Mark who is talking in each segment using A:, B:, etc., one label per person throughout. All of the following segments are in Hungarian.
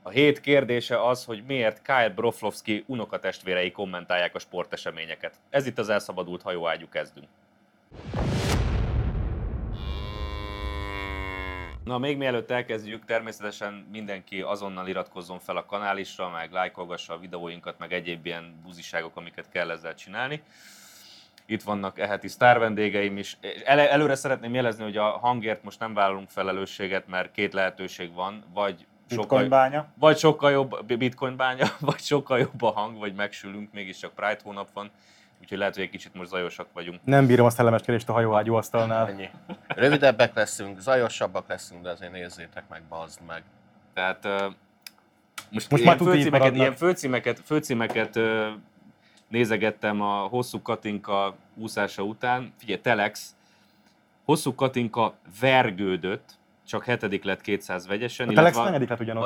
A: A hét kérdése az, hogy miért Kyle Broflovski unokatestvérei kommentálják a sporteseményeket. Ez itt az Elszabadult hajóágyú, kezdünk. Na, még mielőtt elkezdjük, természetesen mindenki azonnal iratkozzon fel a kanálisra, meg lájkolgassa a videóinkat, meg egyéb ilyen buziságok, amiket kell ezzel csinálni. Itt vannak heti sztár vendégeim is. Előre szeretném jelezni, hogy a hangért most nem vállalunk felelősséget, mert két lehetőség van, vagy sokkal jobb bitcoinbánya, vagy sokkal jobb a hang, vagy megsülünk, mégiscsak Pride hónap van. Úgyhogy lehet, hogy egy kicsit most zajosak vagyunk.
B: Nem bírom a szellemeskedést a hajóágyú asztalnál.
C: Ennyi. Rövidebbek leszünk, zajosabbak leszünk, de azért nézzétek meg, bazd meg.
A: Tehát most ilyen főcímeket nézegettem a Hosszú Katinka úszása után. Figyelj, Telex, Hosszú Katinka vergődött, csak 7. lett 200 vegyesen.
B: A Telex negyedik lett ugyanott.
A: A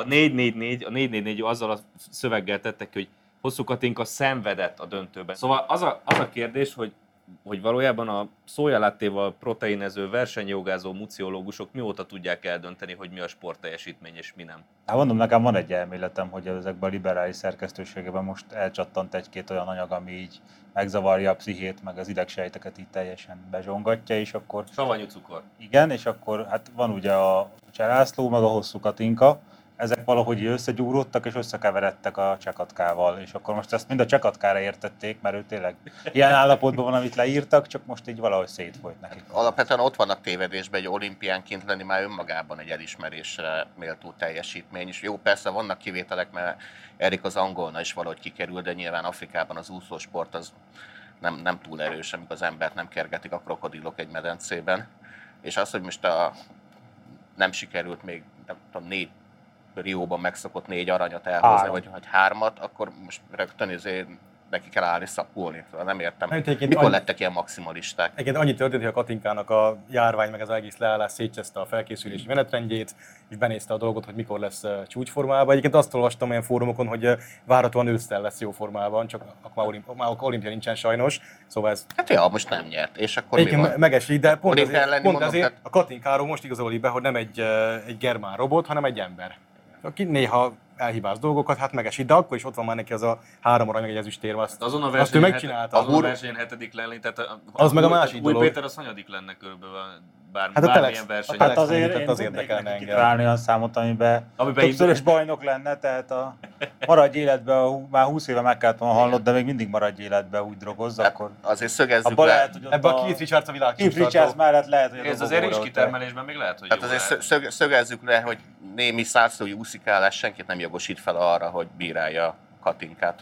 A: 444 azzal a szöveggel tettek, hogy Hosszú Katinka szenvedett a döntőben. Szóval az a kérdés, hogy valójában a szójalattéval proteinező, versenyjogázó muciológusok mióta tudják eldönteni, hogy mi a sportteljesítmény és mi nem?
D: Hát mondom, nekem van egy elméletem, hogy ezekben a liberális szerkesztőségeben most elcsattant egy-két olyan anyag, ami így megzavarja a pszichét, meg az idegsejteket így teljesen bezsongatja, és akkor...
A: Savanyú cukor.
D: Igen, és akkor hát van ugye a Cserászló, meg a Hosszú Katinka, ezek valahogy összegyúródtak és összekeveredtek a Csekatkával, és akkor most ezt mind a Csekatkára értették, mert ő tényleg ilyen állapotban van, amit leírtak, csak most így valahogy szétfolyt nekik.
C: Alapvetően ott vannak tévedésben, hogy olimpiánként lenni már önmagában egy elismerésre méltó teljesítmény, és jó, persze vannak kivételek, mert Erik az angolna is valahogy kikerül, de nyilván Afrikában az úszósport az nem túl erős, amikor az embert nem kergetik a krokodilok egy medencében, és az, hogy most nem sikerült még, nem tudom, Rióban megszokott 4 aranyat elhozni, vagy 3-at, akkor most rögtön neki kell állni szapulni. Nem értem, mikor lettek ilyen maximalisták.
B: Egyébként annyi történt, hogy a Katinkának a járvány, meg az egész leállás szétcseszte a felkészülési menetrendjét, és benézte a dolgot, hogy mikor lesz csúcsformában. Egyébként azt olvastam olyan fórumokon, hogy várhatóan ősszel lesz jó formában, csak akkor már olimpia nincsen sajnos. Szóval ez...
C: Hát ja, most nem nyert, és akkor mi van?
B: Megesik, de pont ezért a Katinkáról most igazolik be, hogy nem egy germán robot, hanem egy ember. Aki néha elhibáz dolgokat, hát megesít, de akkor is ott van már neki az a 3 arany, meg egy ezüstérme, azt ő megcsinálta.
A: Azon a versenyen 7. lenni, tehát
B: az meg a másik dolog.
A: Új Péter az hanyadik lenne körülbelül bármilyen verseny.
D: Hát azért az érdekelne engem. Találni olyan számot, amiben többszörös bajnok lenne, tehát a maradj életben, már 20 éve meg kellett volna hallod, de még mindig maradj életben, úgy drogozz, akkor...
C: Azért szögezzük le.
B: Ebben a Keith Richards a világcsúcstartó.
D: Keith Richards mellett lehet, hogy
A: ez azért is kitermelésben még lehet, hogy
C: jó. Hát azért szögezzük le, hogy némi százszói úszikálás senkit nem jogosít fel arra, hogy bírálja Katinkát.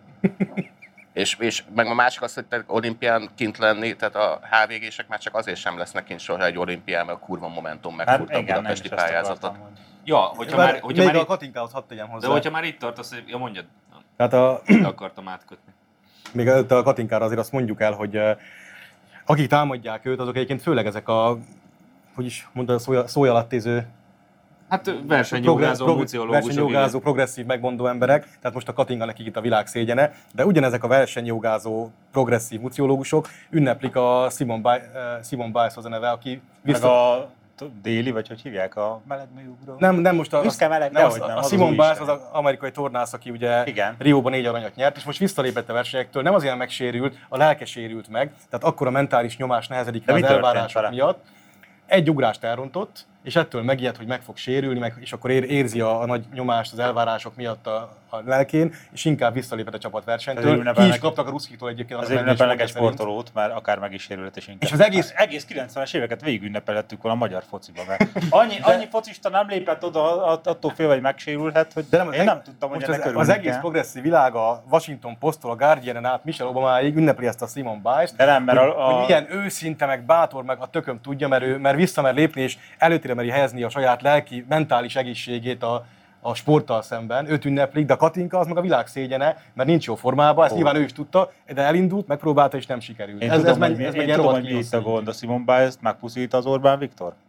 C: és meg a másik az, hogy olimpián kint lenni, tehát a HVG-sek már csak azért sem lesznek kint soha egy olimpián, mert a kurva Momentum megfúrta a budapesti pályázatot.
A: Ja, hogyha már
B: a Katinkához hadd tegyem hozzá.
A: De hogyha már itt tartasz, ja mondjad.
B: Tehát
A: akartam átkötni.
B: Még előtt a Katinkára azért azt mondjuk el, hogy akik támadják őt, azok egyébként főleg ezek a, hogy is mondta, szójalattéző,
A: hát versenyjogázó,
B: versenyjogázó, progresszív, megmondó emberek, tehát most a Katinka nekik itt a világ szégyene, de ugyanezek a
D: versenyjogázó,
B: progresszív muciológusok ünneplik a Simone Biles az a neve, aki
D: a déli, vagy hogy hívják, a melegműugró?
B: Nem most a Simone Biles az amerikai tornász, aki ugye
D: igen.
B: Rióban 4 aranyat nyert, és most visszalépett a versenyektől, nem azért megsérült, a lelke sérült meg, tehát akkor a mentális nyomás nehezedik rá az elvárások miatt. Egy ugrást elrontott, és ettől megijedt, hogy meg fog sérülni, és akkor érzi a nagy nyomást az elvárások miatt a lelkén, és inkább visszalépett a csapatversenytől. Ki is kaptak a ruszkitól egyébként.
D: Azért ünnepelnek egy sportolót, mert akár meg is sérült, és inkább.
B: És az egész
D: 90-es éveket végig ünnepelhettük volna a magyar fociba, mert annyi focista nem lépett oda, attól félve, hogy megsérülhet, hogy én nem tudtam, hogy ennek
B: az egész progresszív világ a Washington Posttól a Guardianen át Michelle Obamáig ünnepli ezt a Simone Biles-t, hogy milyen őszinte, meg bátor, meg a tököm tudja, mert visszamer lépni, és előtérre meri helyezni a saját lelki, mentális egészségét a sporttal szemben. Őt ünneplik, de a Katinka az meg a világ szégyene, mert nincs jó formában, ezt nyilván ő is tudta, de elindult, megpróbálta és nem sikerült.
D: Én tudom, hogy mi itt a gond, a Simone Biles-t megpuszít az Orbán Viktor?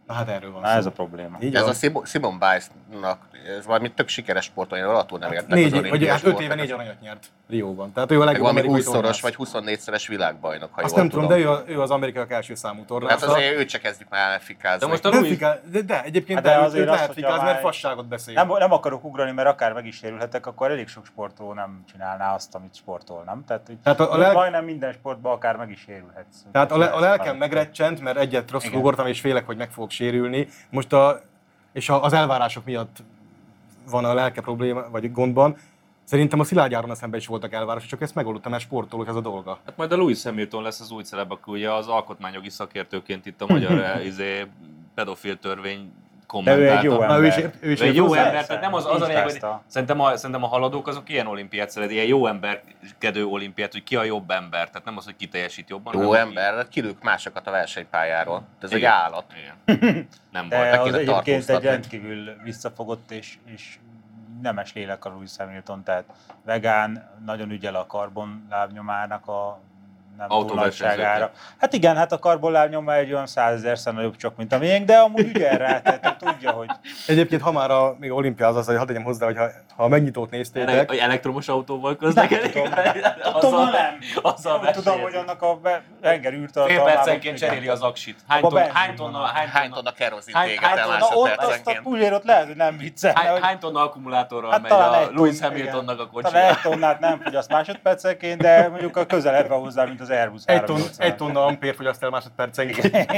B: Na hát erről van
D: szó. Ez a probléma.
C: Ez a Simone Biles-nak, ez valami tök sikeres sporton, én alattól nem értek az
B: olimpiai sportot. 5 éve 4 aranyat nyert Rióban. Tehát ő a legjobb amerikai
C: tornász. 20-szoros vagy 24-szeres világbajnok, ha
B: azt nem tudom, de ő az amerikaiak első számú tornász.
C: Hát azért őt se kezdjük már elfikázni.
B: De most de egyébként őt lehet fikázni, mert fasságot beszél.
D: Nem akarok ugrani, mert akár meg is sérülhetek, akkor elég sok sportról nem csinálná azt, amit sportol, nem? Tehát majdnem minden sportban akár meg is sérülhetsz.
B: Tehát a lelkem megrecsent, mert egyet rosszul ugortam, és félek, hogy meg fogok sérülni. Most és az elvárások miatt van a lelke probléma, vagy gondban. Szerintem a Szilágy Áronnal szemben is voltak elvárások, csak ezt megoldottam, mert sportolók ez a dolga.
A: Hát majd a Lewis Hamilton lesz az új celeb, aki ugye az alkotmányjogi szakértőként itt a magyar pedofil törvény kommentálta.
D: De ő egy jó ember.
B: Ő is
A: egy jó ember, tehát nem az a lényeg, hogy szerintem a haladók azok ilyen olimpiát szeret, ilyen jó emberkedő olimpiát, hogy ki a jobb ember, tehát nem az, hogy ki teljesít jobban.
C: Jó ember, kilők másokat a versenypályáról. Ez egy állat.
A: Igen. Nem
D: baj, de az egyébként egy rendkívül visszafogott és nemes lélek a Lewis Hamilton, tehát vegán, nagyon ügyel a karbon lábnyomának a nem túl nagyságára. Hát igen, hát a karbonlábnyoma egy olyan 100 000-szer nagyobb csak, mint a miénk, de amúgy ügyel rá, tehát tudja, hogy...
B: Egyébként, ha már még olimpia az, hogy hadd tegyem hozzá, hogy ha a megnyitót néztétek...
A: Hogy elektromos autóval közlekedik?
D: Tudom, nem. Tudom, hogy annak a henger űrtartalmában...
A: Fél percenként cseréli az aksit. Hány
C: tonna kerozin téget el másodpercenként?
D: Azt a puzsérot lehet, hogy nem viccel.
A: Hány tonna akkumulátorral megy a Lewis Hamiltonnak a kocsi?
D: Talán 1 tonnát nem fogyaszt másodpercenként, de mondjuk a közeledve hozzá, mint az Airbus 380.
B: 1 tonna ampér fogyaszt el másodpercenként.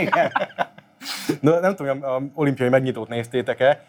B: De nem tudom, hogy a olimpiai megnyitót nézték-e.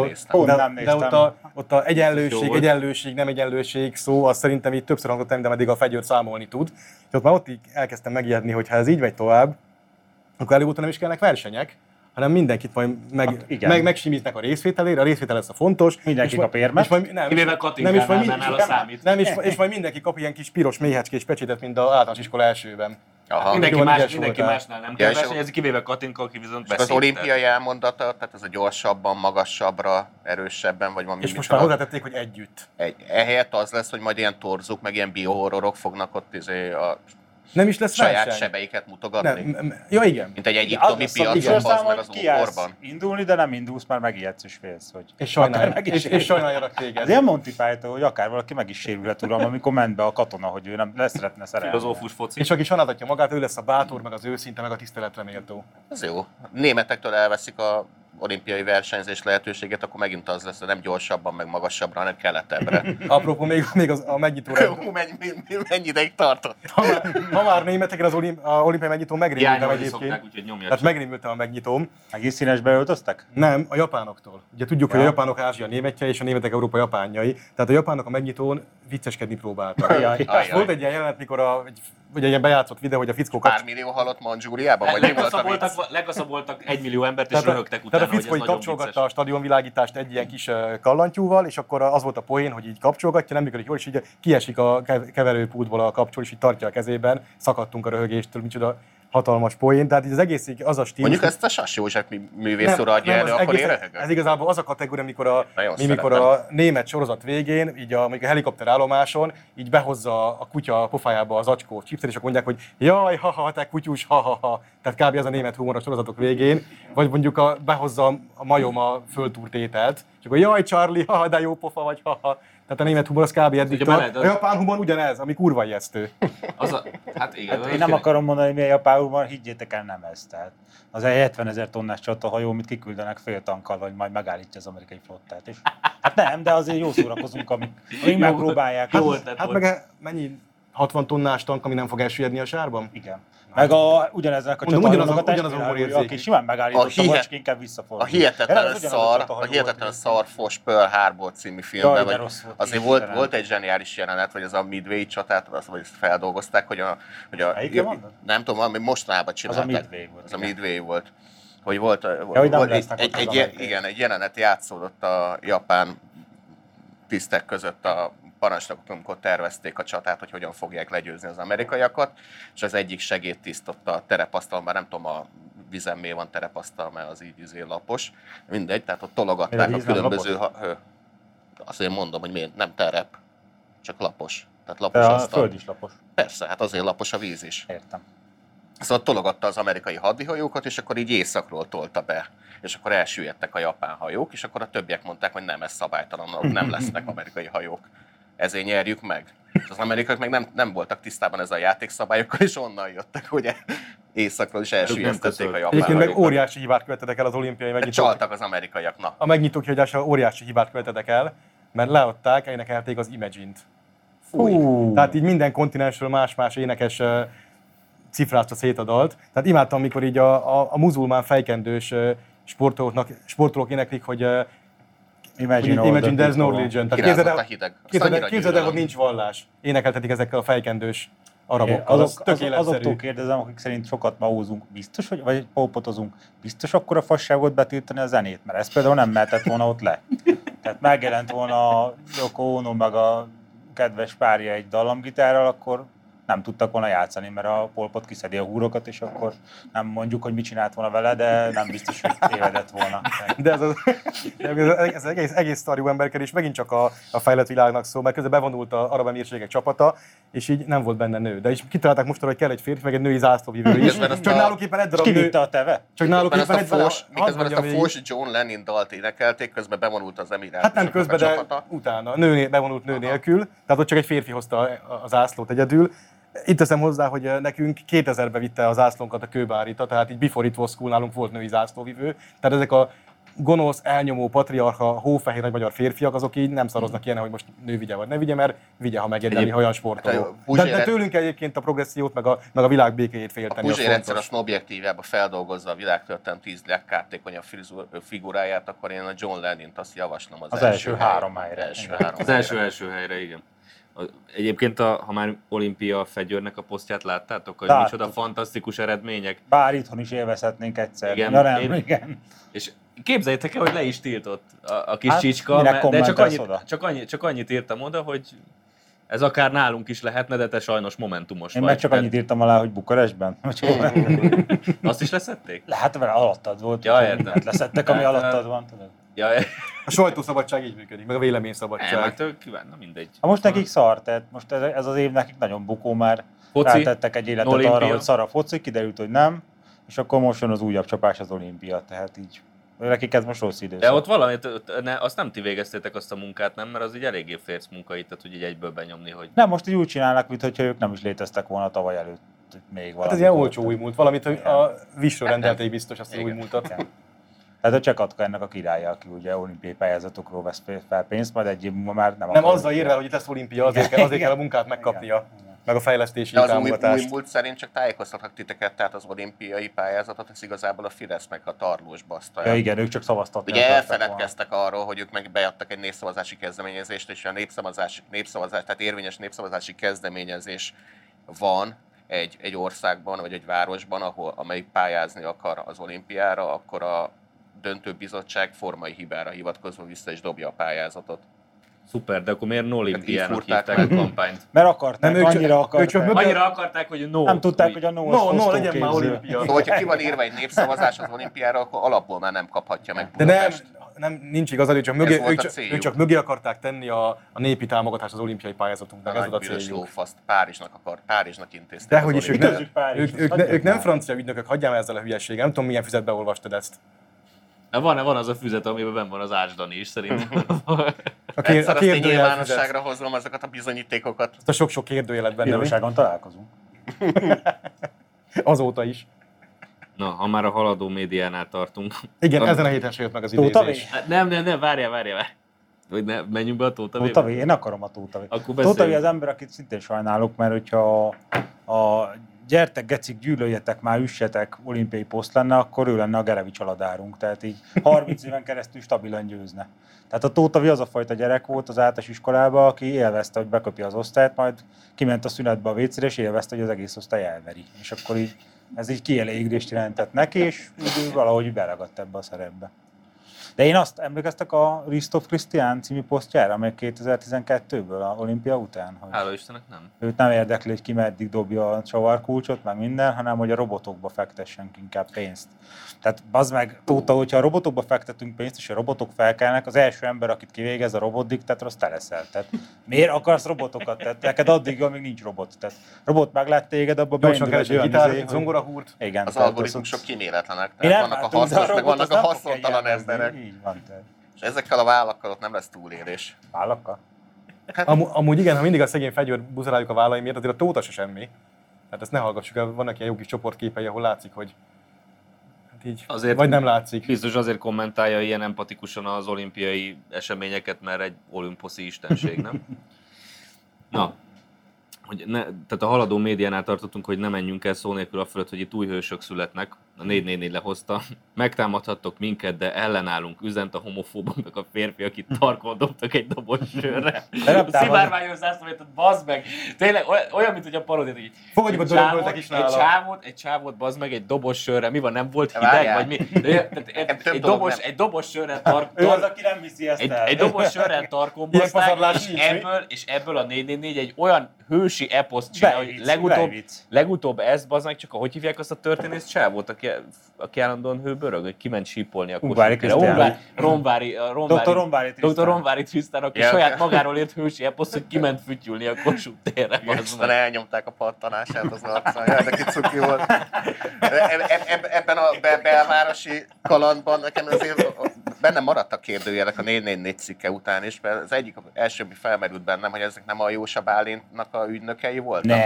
B: De ott a egyenlőség, nem egyenlőség szó, az szerintem így többször hangzott el, de meddig a fegyőr számolni tud. És ott már ott így elkezdtem megijedni, hogy ha ez így megy tovább, akkor előbb-utóbb nem is kellnek versenyek, hanem mindenkit majd megsimítnek a részvételére, a részvétel lesz a fontos.
D: Mindenki kap érmet.
A: Kivéve Katinkánál nem áll a számít.
B: És majd mindenki kap ilyen kis piros méhecskés pecsétet, mint az általános iskola elsőben.
A: Mindenki másnál nem kell versenyezni, kivéve Katinka, aki viszont beszélt.
C: Az olimpiai elmondata, tehát ez a gyorsabban, magasabbra, erősebben, vagy valami.
B: És most már hozzátették, hogy együtt.
C: Ehelyett az lesz, hogy majd ilyen torzuk, meg ilyen biohorrorok fognak ott a
B: nem is lesz
C: saját
B: verseny.
C: Sebeiket mutogatni?
B: Ja, igen.
C: Mint egy egyiptomi piacon, bazd meg az ókorban.
D: Indulni, de nem indulsz, már megijedsz és félsz, hogy...
B: És sajnáljanak téged.
D: Ez ilyen Monty Python, hogy akár valaki meg is sérülhet, uram, amikor ment be a katona, hogy ő nem szeretne szerelni.
A: Filozófus foci.
B: És aki sajnáltatja magát, ő lesz a bátor, meg az őszinte, meg a tiszteletre méltó.
C: Ez jó. Németektől elveszik a olimpiai versenyzés lehetőséget, akkor megint az lesz, hogy nem gyorsabban, meg magasabbra, hanem keletebbre.
B: Apropó, még a megnyitóra...
C: Mennyi ideig tartott?
B: Ha már németeken az olimpiai megnyitó megrémültem egyébként. Tehát megrémültem a megnyitóm.
D: Meg is színesbe öltöztek?
B: Nem, a japánoktól. Ugye tudjuk, hogy a japánok Ázsia németje, és a németek Európa japánjai. Tehát a japánok a megnyitón vicceskedni próbáltak. Volt egy ilyen jelenet, mikor ugye ilyen bejátszott videó, hogy a fickó
C: Pár millió halott Mandzsúriában?
A: Legaszaboltak 1 millió embert, és röhögtek utána,
B: tehát a fickó kapcsolgatta a stadionvilágítást egy ilyen kis kallantyúval, és akkor az volt a poén, hogy így kapcsolgatja, nem működik jól, és így kiesik a keverőpultból a kapcsol, és így tartja a kezében. Szakadtunk a röhögéstől, micsoda hatalmas poén. Tehát így az egész az a stílus.
C: Mondjuk ezt a Sass József művész úr adja elő, akkor én röhögök.
B: Ez igazából az a kategória, amikor a német sorozat végén, így mondjuk a helikopterállomáson, így behozza a kutya a pofájába az acskó chipset, és akkor mondják, hogy jaj, ha-ha, te kutyus, ha-ha-ha. Tehát kb. Ez a német humor a sorozatok végén. Vagy mondjuk behozza a majom a földtúrt ételt, és akkor jaj, Charlie, ha de jó pofa vagy, ha-ha. Tehát a német humor az kb. Eddig tart. A japán humor ugyanez, ami kurva ijesztő.
A: Hát igen.
D: Hát én nem akarom mondani, hogy mi a japán humor, higgyétek el, nem ez. Tehát az egy 70 000 tonnás csatahajó, amit kiküldenek fél tankkal, vagy majd megállítja az amerikai flottát. És, hát nem, de azért jó szórakozunk, amíg megpróbálják.
B: Hát meg mennyi 60 tonnás tank, ami nem fog elsüllyedni a sárban?
D: Igen. Meg ugyaneznek a csatahajónak a testvérháborúja, aki simán megállította, vagy inkább visszafordul.
C: A hihetetlen szar Foss Pearl Harbor című filmben, azért volt egy zseniális jelenet, hogy az a Midway csatát, vagy feldolgozták, hogy nem tudom, valami mostanában csinálták. Az a Midway volt. Hogy volt egy jelenet játszódott a japán tisztek között a parancsnokok, amikor tervezték a csatát, hogy hogyan fogják legyőzni az amerikaiakat, és az egyik segédtiszt ott a terepasztalon, már nem tudom, a vizen miért van terepasztal, mert az így lapos, mindegy, tehát ott tologatták a különböző... Azért mondom, hogy miért nem terep, csak lapos. Tehát lapos
D: asztal. A föld is lapos.
C: Persze, hát azért lapos a víz is.
D: Értem.
C: Szóval tologatta az amerikai hadvihajókat, és akkor így északról tolta be. És akkor elsüllyedtek a japán hajók, és akkor a többiek mondták, hogy nem, ez szabálytalan, nem lesznek amerikai hajók. Ezért nyerjük meg. És az amerikaiak meg nem voltak tisztában ezzel a játékszabályokkal, és onnan jöttek, hogy északról is elsüllyesztették a japán
B: hajókat. Egyébként meg óriási hibát követtek el az olimpiai
C: megnyitók. Csaltak az amerikaiak, na.
B: A megnyitók kiadással óriási hibát követtek el, mert leadták, énekelték az Imagine-t. Tehát így minden kontinensről más-más énekes cifrázta szét a dalt. Tehát imádtam, amikor így a muzulmán fejkendős sportolók éneklik, hogy Imagine there's no religion. Képzeld el, hogy nincs vallás. Énekeltetik ezekkel a fejkendős arabokkal.
D: Azoktól kérdezem, akik szerint sokat maózunk, biztos, vagy polpotozunk, biztos akkor a fasságot betiltani a zenét? Mert ez például nem mehetett volna ott le. Tehát megjelent volna a Yoko Ono meg a kedves párja egy dallamgitárral, akkor nem tudtak volna játszani, mert a Pol Pot kiszedi a húrokat, és akkor nem mondjuk, hogy mit csinált volna vele, de nem biztos, hogy tévedett volna.
B: De ez egész szarjú emberkedés megint csak a fejlett világnak szól, mert közben bevonult az arab emírségek csapata, és így nem volt benne nő. De is kitalálták mostanra, hogy kell egy férfi, meg egy női zászlóvivő is. Csak náluk éppen egy darab nő.
D: a teve?
B: Csak náluk éppen egy darab.
C: Miközben ezt a fós John Lennon dalt énekelték, közben bevonult az emirátus.
B: Hát nem közben, de utána. Bevonult nő nélkül. Tehát ott csak egy férfi hozta a zászlót egyedül. Itt teszem hozzá, hogy nekünk 2000-ben vitte a zászlónkat a kőbárita, tehát így before it was cool, nálunk volt női zászlóvivő. Tehát ezek a gonosz, elnyomó, patriarcha, hófehér nagy magyar férfiak, azok így nem szaroznak ilyen, hogy most nő vigye vagy ne vigye, mert vigye, ha megérdemli, ha olyan sportoló. De tőlünk egyébként a progressziót, meg a világ békéjét félteni.
C: A Puzsér egyszer a Snobjektívába feldolgozza a világtörténelem 10 legkártékonyabb figuráját, akkor én a John Lennont azt javaslom
D: az első három helyre.
A: Az első helyre, igen. Egyébként, ha már olimpia fegyőrnek a posztját láttátok, hogy micsoda fantasztikus eredmények.
D: Bár itthon is élvezhetnénk egyszer.
A: Igen. És képzeljétek el, hogy le is tiltott a kis csicska, de csak annyit írtam oda, hogy ez akár nálunk is lehetne, de te sajnos momentumos
D: vagy. Én meg csak annyit írtam alá, hogy Bukarestben.
A: Azt is leszették?
D: Lehet, mert alattad volt.
A: Ja, értem.
D: Leszettek, ami alattad van, tudod.
A: Ja,
B: a sajtószabadság így működik, meg a véleményszabadság.
A: Mindegy.
D: Most nekik szar, tehát most ez az év nekik nagyon bukó már. Rátettek egy életet olimpia. Arra, hogy szar a foci, kiderült, hogy nem, és akkor most jön az újabb csapás, az olimpia, tehát így. Nekik ez most rossz időszak.
A: De ott valamit, azt nem ti végeztétek azt a munkát, nem? Mert az így eléggé férc munka itt, tehát hogy így egyből benyomni, hogy...
D: Nem, most így úgy csinálnak, mintha ők nem is léteztek volna tavaly előtt még valami.
B: Hát ez ilyen olcsó új múlt, valamit a Visről rendelték biztos azt az új múltat.
D: Tehát a Csekatka ennek a királya, aki ugye olimpiai pályázatokról vesz fel pénzt, majd egy év múlva már nem
B: akar. Azzal érvel, hogy itt lesz olimpia, azért kell a munkát megkapnia. Meg a fejlesztési támogatást.
C: De az új múlt szerint csak tájékoztatnak titeket, tehát az olimpiai pályázatot, ez igazából a Fidesz meg a Tarlós basztalja.
D: Ja igen, ők csak szavaztatni.
C: Ugye elfeledkeztek arról, hogy ők meg beadtak egy népszavazási kezdeményezést, és a népszavazás, tehát érvényes népszavazási kezdeményezés van egy országban, vagy egy városban, amelyik pályázni akar az olimpiára, akkor a döntőbizottság formai hibára hivatkozva vissza és dobja a pályázatot.
A: Szuper, de akkor miért no olimpiának hívták a kampányt?
D: Mert akarták,
A: annyira akarták, hogy no.
D: Nem tudták, hogy a no
B: legyen már olimpia.
C: Szóval, hogyha ki van írva egy népszavazás az olimpiára, akkor alapból már nem kaphatja meg.
B: De nem, nincs igaz, ők csak mögé akarták tenni a népi támogatást az olimpiai pályázatunknak. Ez volt a céljuk.
C: Párizsnak intézték.
B: Dehogy is, ők nem francia ügynökök, hagyjál már ezzel a hülyeséggel. Nem tudom, milyen füzetbe olvastad ezt.
A: Van az a füzet, amiben benn van az Ásdani is, szerintem.
C: Egyszer azt én nyilvánosságra hozom ezeket a bizonyítékokat.
B: Azt a sok-sok kérdőjelet benne.
D: Bíróságon találkozunk.
B: Azóta is.
A: Na, ha már a haladó médiánál tartunk.
B: Igen, ezen a héten se jött meg az idézés.
A: Nem, várjál. Hogy ne, menjünk be a Tóta V-be?
D: Tóta V, én akarom a Tóta V. Tóta V az ember, akit szintén sajnálok, mert hogyha a gyertek, gecik, gyűlöljetek már, üssetek olimpiai poszt lenne, akkor ő lenne a Gerevics aladárunk. Tehát így 30 éven keresztül stabilan győzne. Tehát a Tóta V az a fajta gyerek volt az általános iskolában, aki élvezte, hogy beköpi az osztályt, majd kiment a szünetbe a vécére, és élvezte, hogy az egész osztály elveri. És akkor így, ez így kielégülést jelentett neki, és valahogy beragadt ebbe a szerepbe. De én azt emlékeztek a Ristoff Christian című posztjára, amely 2012-ből a olimpia után, hogy
A: hála Istennek nem.
D: őt nem érdekli, hogy ki meddig dobja a csavarkulcsot, meg minden, hanem hogy a robotokba fektessünk inkább pénzt. Tehát bazd meg, Tóta, hogyha a robotokba fektetünk pénzt, és a robotok felkelnek, az első ember, akit kivégez a robotdiktátor, az te leszel. Tehát miért akarsz robotokat? Tehát neked addig, amíg nincs robot. Tehát robot meglát téged, abba beindul egy olyan
B: gitár, egy zongorahúrt.
D: Igen,
C: az algoritmusok kiméletlenek. Vannak a hasznos, meg vannak a haszontalan emberek.
D: Így van,
C: és ezekkel a vállakkal ott nem lesz túlélés.
D: Vállakkal?
B: Hát, amúgy igen, ha mindig a szegény fegyőr buzeráljuk a vállai miért, azért a Tóta se semmi. Hát ezt ne hallgassuk el, vannak ilyen jó kis csoportképei, ahol látszik, hogy hát így,
A: azért
B: vagy nem látszik.
A: Biztos azért kommentálja ilyen empatikusan az olimpiai eseményeket, mert egy olimposzi istenség, nem? Na, hogy tehát a haladó médiánál tartottunk, hogy ne menjünk el szó nélkül a fölött, hogy itt új hősök születnek. A 444 lehozta. Megtámadhattok minket, de ellenállunk, üzent a homofóboknak a férfi, akit tarkon dobtak egy doboz sörre. Szivárványos zászlót, bazd meg! Tényleg olyan, mint hogy a parodét, hogy
B: fogadjuk a dörömböltek is nála.
A: Egy csávót, bazd meg, egy doboz sörre. Mi van, nem volt hideg? Vagy mi? Egy doboz sörrel tarkon.
D: Ő az, aki nem viszi ezt el.
A: Egy doboz sörrel tarkon baszták, és ebből a 444 egy olyan hősi eposzt csinál, hogy legutóbb ez, bazd meg, csak ahogy hívják azt a történész csávót, aki állandóan hőbörög, hogy kiment sípolni a kossuth. Dr. Romvári Trisztán, aki saját magáról ért hősi eposzt, hogy kiment fütyülni a Kossuth térre.
C: Aztán elnyomták a pattanását az arcán, jaj, neki cuki volt. Ebben a belvárosi kalandban nekem azért bennem maradtak kérdőjelek a 444 cikke után is, mert az egyik első, ami felmerült bennem, hogy ezek nem a Jósa Bálintnak a ügynökei voltak,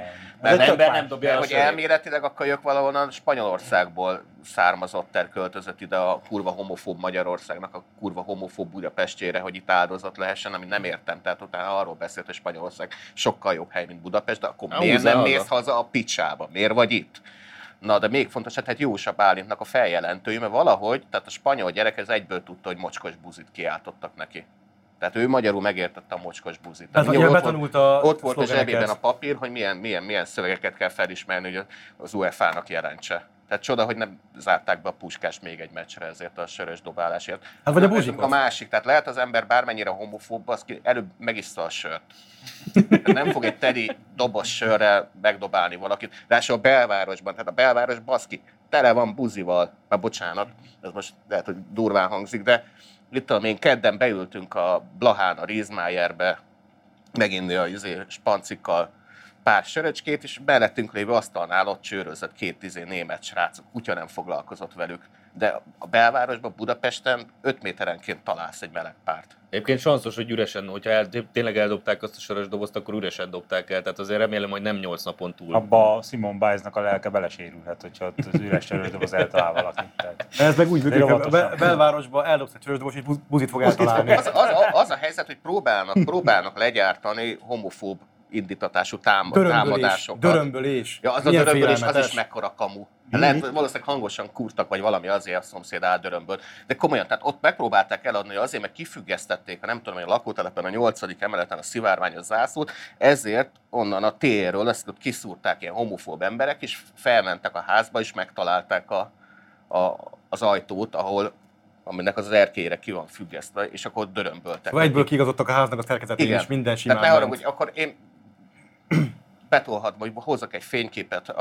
C: hogy elméletileg a kölyök valahonnan Spanyolországból származott költözött ide a kurva homofób Magyarországnak a kurva homofób Budapestjére, hogy itt áldozat lehessen, amit nem értem. Tehát utána arról beszélt, hogy Spanyolország sokkal jobb hely, mint Budapest, de akkor miért nem mész haza a picsába? Miért vagy itt? Na, de még fontosabb, hát Jósa Bálintnak a feljelentői, mert valahogy, tehát a spanyol gyerek ez egyből tudta, hogy mocskos buzit kiáltottak neki. Tehát ő magyarul megértette a mocskos buzit. Ott volt a zsebében a papír, hogy milyen szövegeket kell felismerni, hogy az UEFA-nak jelentse. Tehát csoda, hogy nem zárták be a Puskást még egy meccsre ezért a sörös dobálásért.
B: Hát vagy a buzsikot.
C: A másik, tehát lehet az ember bármennyire homofób, az előbb megissza a sört. Nem fog egy teli doboz sörrel megdobálni valakit. Ráadásul a belvárosban, tehát a belváros baszki, tele van buzival. Már bocsánat, ez most lehet, hogy durván hangzik, de itt tudom én, kedden beültünk a Blahán, a Riesmayerbe meginni a spancikkal pár söröcskét, és mellettünk lévő asztalnál ott csőrözött két német srácok, kutya nem foglalkozott velük. De a belvárosban, Budapesten 5 méterenként találsz egy meleg párt.
A: Egyébként sanszos, hogy üresen, hogyha tényleg eldobták azt a sörös dobozt, akkor üresen dobták el. Tehát azért remélem, hogy nem 8 napon túl.
D: Abba Simon Biles-nak a lelke belesérülhet, hogyha ott az üres sörös doboz eltalál valakit. Tehát.
B: Ez meg úgy működik, hogy a belvárosban eldobsz egy sörös doboz, és buzit fog eltalálni.
C: Az a helyzet, hogy próbálnak legyártani homofób indítatású támadásokat.
B: Dörömbölés.
C: Ja, az a dörömbölés, az is mekkora kamu. Lehet, valószínűleg hangosan kurtak, vagy valami azért a szomszéd átdörömbölt. De komolyan, tehát ott megpróbálták eladni, hogy azért, mert kifüggesztették, nem tudom, a lakótelepen a 8. emeleten a szivárványos zászlót, ezért onnan a térről ezt kiszúrták ilyen homofób emberek, és felmentek a házba, és megtalálták az ajtót, aminek az erkélyére ki van függesztve, és akkor ott dörömböltek.
B: Egyből kiigazodtak a háznak a szerkezetén, és minden simán.
C: Tehát ne arra, hogy akkor én betolhatom, hogy hozzak egy fényképet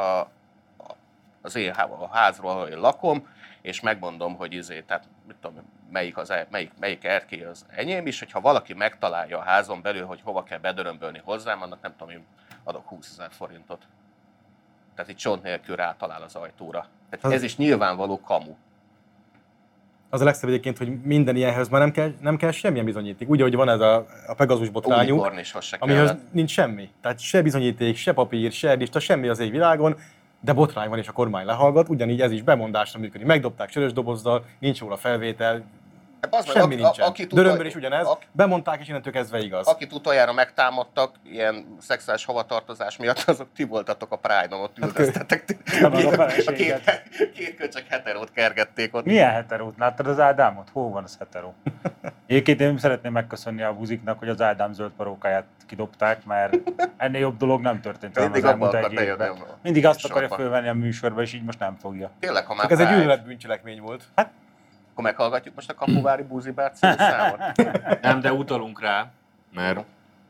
C: az én házról, ahol én lakom, és megmondom, hogy tehát mit tudom, melyik erkély az enyém is, hogyha valaki megtalálja a házon belül, hogy hova kell bedörömbölni hozzám, annak nem tudom, én adok 20 000 forintot. Tehát itt csont nélkül rátalál az ajtóra. Tehát ez is nyilvánvaló kamu.
B: Az a legszebb egyébként, hogy minden ilyenhez már nem kell semmilyen bizonyíték. Úgy, hogy van ez a Pegasus botrányunk, amihez nincs semmi. Tehát se bizonyíték, se papír, se lista, semmi az égvilágon, de botrány van és a kormány lehallgat, ugyanígy ez is bemondásra működik. Megdobták sörös dobozzal, nincs róla felvétel, semmi nincsen. Dörömből is ugyanez, bemondták és innentől kezdve igaz.
C: Akit utoljára megtámadtak ilyen szexuális hovatartozás miatt, azok ti voltatok a Pride-on, ott üldöztetek. Két köcsök heterót kergették ott.
D: Milyen heterót? Láttad az Ádámot? Hol van az heteró? Egyébként én szeretném megköszönni a buziknak, hogy az Ádám zöld parókáját kidobták, mert ennél jobb dolog nem történt az elmúlt egy évben. Mindig azt akarja fölvenni a műsorba, és így most nem fogja.
C: Tényleg, ha
B: már ez egy gyűlölet bűncselekmény volt.
C: Akkor meghallgatjuk most a Kapuvári Búzibár című számot?
A: Nem, de utalunk rá, mert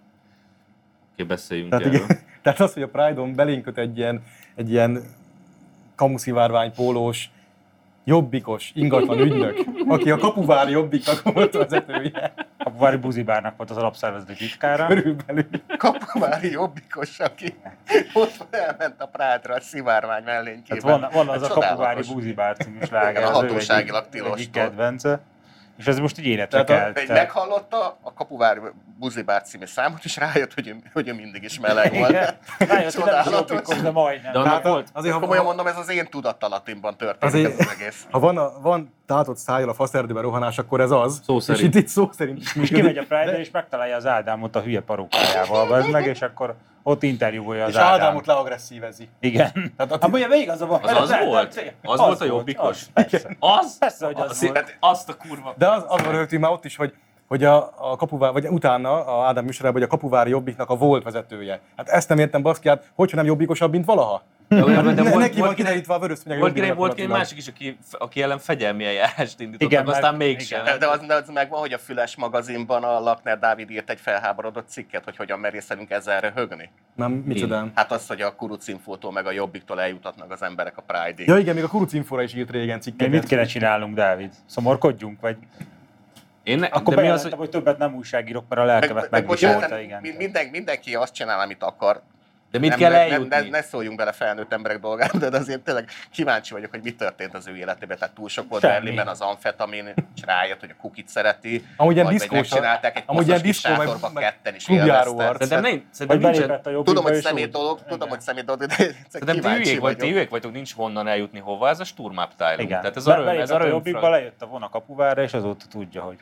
A: beszéljünk erről.
B: Tehát az, hogy a Pride-on belénköt egy ilyen kamuszivárvány pólós, jobbikos, ingatlan ügynök, aki a Kapuvári Jobbiknak volt vezetője.
D: Kapuvári Búzibárnak volt az alapszervezeti titkára.
B: Körülbelül.
C: Kapuvári Jobbikos, aki ott elment a Pride-ra a szivárvány mellénykében.
D: Hát van az a Kapuvári Búzibár című sláger,
C: a
D: az ő
C: hatóságilag
D: egyik
C: tilostól.
D: kedvence. És ez most így életre kelt.
C: Meghallotta a Kapuvári Búzibár című számot, és rájött, hogy ő mindig is meleg volt.
D: Rájött, hogy nem is jobbikos, de majdnem.
A: De annak volt?
C: Azért, komolyan mondom, ez az én tudattalatimban történik ez az egész.
B: Ha van tátott szájjal a faszerdőben rohanás, akkor ez az.
A: Szó szerint.
B: És itt szó szerint is
D: És kimegy a Pride-ra, és megtalálja az Ádámot a hülye parókájával, meg, és akkor ott interjúolja az
B: és Ádámot leagresszívezi.
D: Igen.
B: Tehát
D: ugye még az a baj.
A: Az volt? Az volt a jobbikos?
D: Az? Persze, hogy az volt.
A: Azt a kurva.
B: De az rögtünk már ott is, hogy a Kapuvár, vagy utána a Ádám műsorában, hogy a Kapuvári Jobbiknak a volt vezetője. Hát ezt nem értem, baszki, hát hogyha nem jobbikosabb, mint valaha? Neki van kiderítve a vöröszfények jobbiknak.
A: Volt egy másik is, aki ellen fegyelmi eljárást indítottak, aztán mégsem.
C: De az megvan, hogy a Füles magazinban a Lakner Dávid írt egy felháborodott cikket, hogy hogyan merészelünk ezzel röhögni.
B: Nem, micsodán?
C: Hát az, hogy a Kurucinfótól meg a Jobbiktól eljutatnak az emberek a Pride-ig.
B: Ja igen, még a Kurucinfóra is írt régen cikkeket.
D: Mit kéne csinálnunk, Dávid? Szomorkodjunk, vagy? Akkor bejelentem, hogy többet nem újságírok, mert a lelkemet megviselte, igen.
C: Mindenki azt csinál, amit akar.
A: De mit kell eljutni?
C: Ne szóljunk bele felnőtt emberek dolgába, de azért tényleg kíváncsi vagyok, hogy mi történt az ő életében. Tehát túl sok volt Berlinben az amfetamin, és rájött, hogy a kukit szereti.
B: Amúgy ilyen
C: vagy
B: diszkósa.
C: Megcsinálták egy koszos kis sátorba, ketten is élveztek.
A: Szerintem nincsen.
C: Tudom, hogy szemét dolog, de kíváncsi vagyok.
A: Ti hülyék vagytok, nincs honnan eljutni hova, ez a Sturmabteilung.
D: Igen.
A: Tehát ez a
D: Jobbikba lejött a von a Kapuvárra, és azóta tudja, hogy...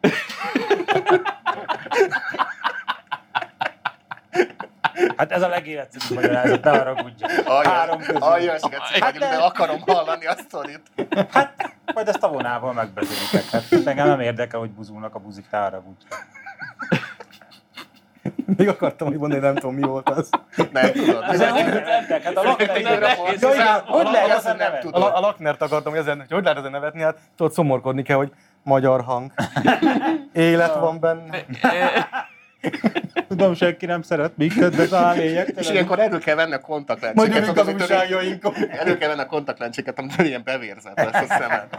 D: Hát ez a legéletszerűbb magyarázat, ne haragudj.
C: Aljas, geci vagyok, de akarom hallani a sztorit.
D: Hát, majd ezt a vonával megbeszélitek. Hát engem nem érdekel, hogy buzulnak a buzik, ne haragudj.
B: Még akartam, hogy mondani, nem tudom, mi volt az.
C: Nem tudod.
D: Hát hogy lehet ezen nevetni?
B: A Laknert akartam, hogy lehet ezen nevetni, hát tudod, szomorkodni kell, hogy magyar hang. Élet van benne.
D: Tudom, senki nem szeret minket, de talán lényegtelen.
C: És ilyenkor elő kell venni a kontaktlencséket.
B: Majd jövünk az újságjainkon.
C: Elő kell venni a kontaktlencséket, amit ilyen bevérzett lesz a szemed.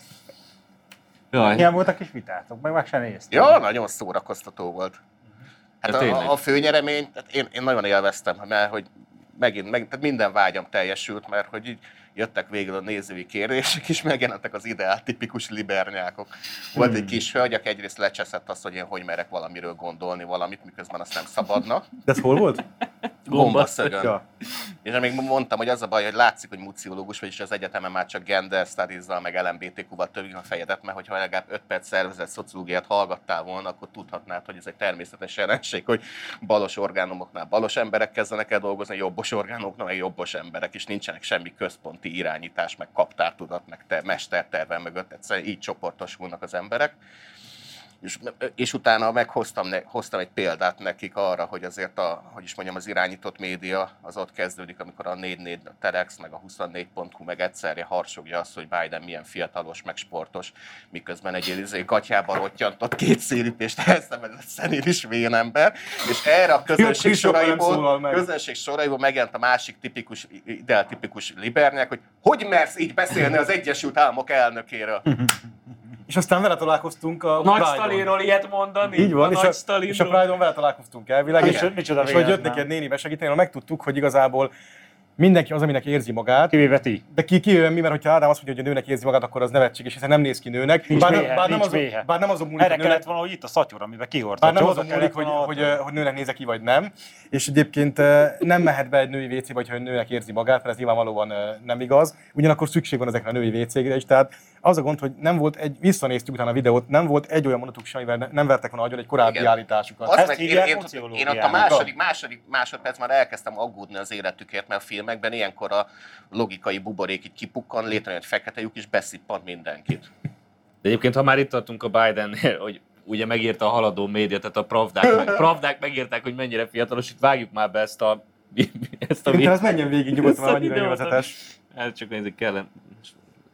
D: Milyen volt a kis vitátok? Meg sem néztem.
C: Ja, nagyon szórakoztató volt. Hát a főnyeremény, én nagyon élveztem, mert hogy tehát minden vágyam teljesült, mert hogy így jöttek végül a nézői kérdések, és megjelentek az ideál tipikus libernyákok. Volt egy kis hölgy, aki egyrészt lecseszett azt, hogy én hogy merek valamiről gondolni valamit, miközben azt nem szabadna.
B: De ez hol volt?
C: Gombaszögön.
B: Ja.
C: És még mondtam, hogy az a baj, hogy látszik, hogy muciológus, vagyis az egyetemen már csak gender studies-zal, meg LMBTQ-val tövik a fejedet, mert hogyha legalább 5 perc szervezett szociológiát hallgattál volna, akkor tudhatnád, hogy ez egy természetes jelenség, hogy balos orgánumoknál balos emberek kezdenek el dolgozni, jobbos orgánumoknál meg jobbos emberek, és nincsenek semmi központi irányítás, meg kaptártudat, meg mesterterve mögött, egyszerűen így csoportosulnak az emberek. És utána hoztam egy példát nekik arra, hogy azért az irányított média az ott kezdődik, amikor a 444, a Telex, meg a 24.hu meg egyszerre harsogja azt, hogy Biden milyen fiatalos, meg sportos, miközben egy gatyába rottyantott 2 szélüpést elszenvedett szenilis vénember, és erre a közönség soraiból megjelent a másik ideáltipikus libernyák, hogy mersz így beszélni az Egyesült Államok elnökéről.
B: És aztán vele találkoztunk a
A: Nagy Stalinról ilyet mondani?
B: Így van, és a Pride-on vele találkoztunk elvileg, és hogy jött neki egy nénivel segíteni, megtudtuk, hogy igazából mindenki az, aminek érzi magát.
D: Kivéve ti.
B: De kivéve mi, mert hogyha Ádám azt mondja, hogy a nőnek érzi magát, akkor az nevetséges, hiszen nem néz ki nőnek. Bár nem azon múlik,
D: erre kellett volna, hogy itt a szatyor, amiben kihordta.
B: Bár nem azon múlik, hogy nőnek nézek ki, vagy nem. És egyébként nem mehet be egy női WC-be, hogyha nőnek érzi magát, mert ez nyilvánvalóan nem igaz. Ugyanakkor szükség van ezekre a női WC-kre is. Tehát az a gond, hogy nem volt visszanéztük utána a videót, nem volt egy olyan mondatuk sem, amivel nem vertek volna agyon egy korábbi állításukat.
C: Én ott a második másodpercben már elkezdtem aggódni az életükért, mert a filmekben ilyenkor a logikai buborék így kipukkan, létrejön egy fekete lyuk és beszippant mindenkit.
A: De egyébként, ha már itt tartunk a Bidennél, hogy ugye megírta a haladó média, tehát a Pravdák megírták, hogy mennyire fiatalos, itt vágjuk már be ezt a
B: videót. Ez menjen végig nyugodtan, már annyira nyilvezetes.
A: Hát csak nézzük,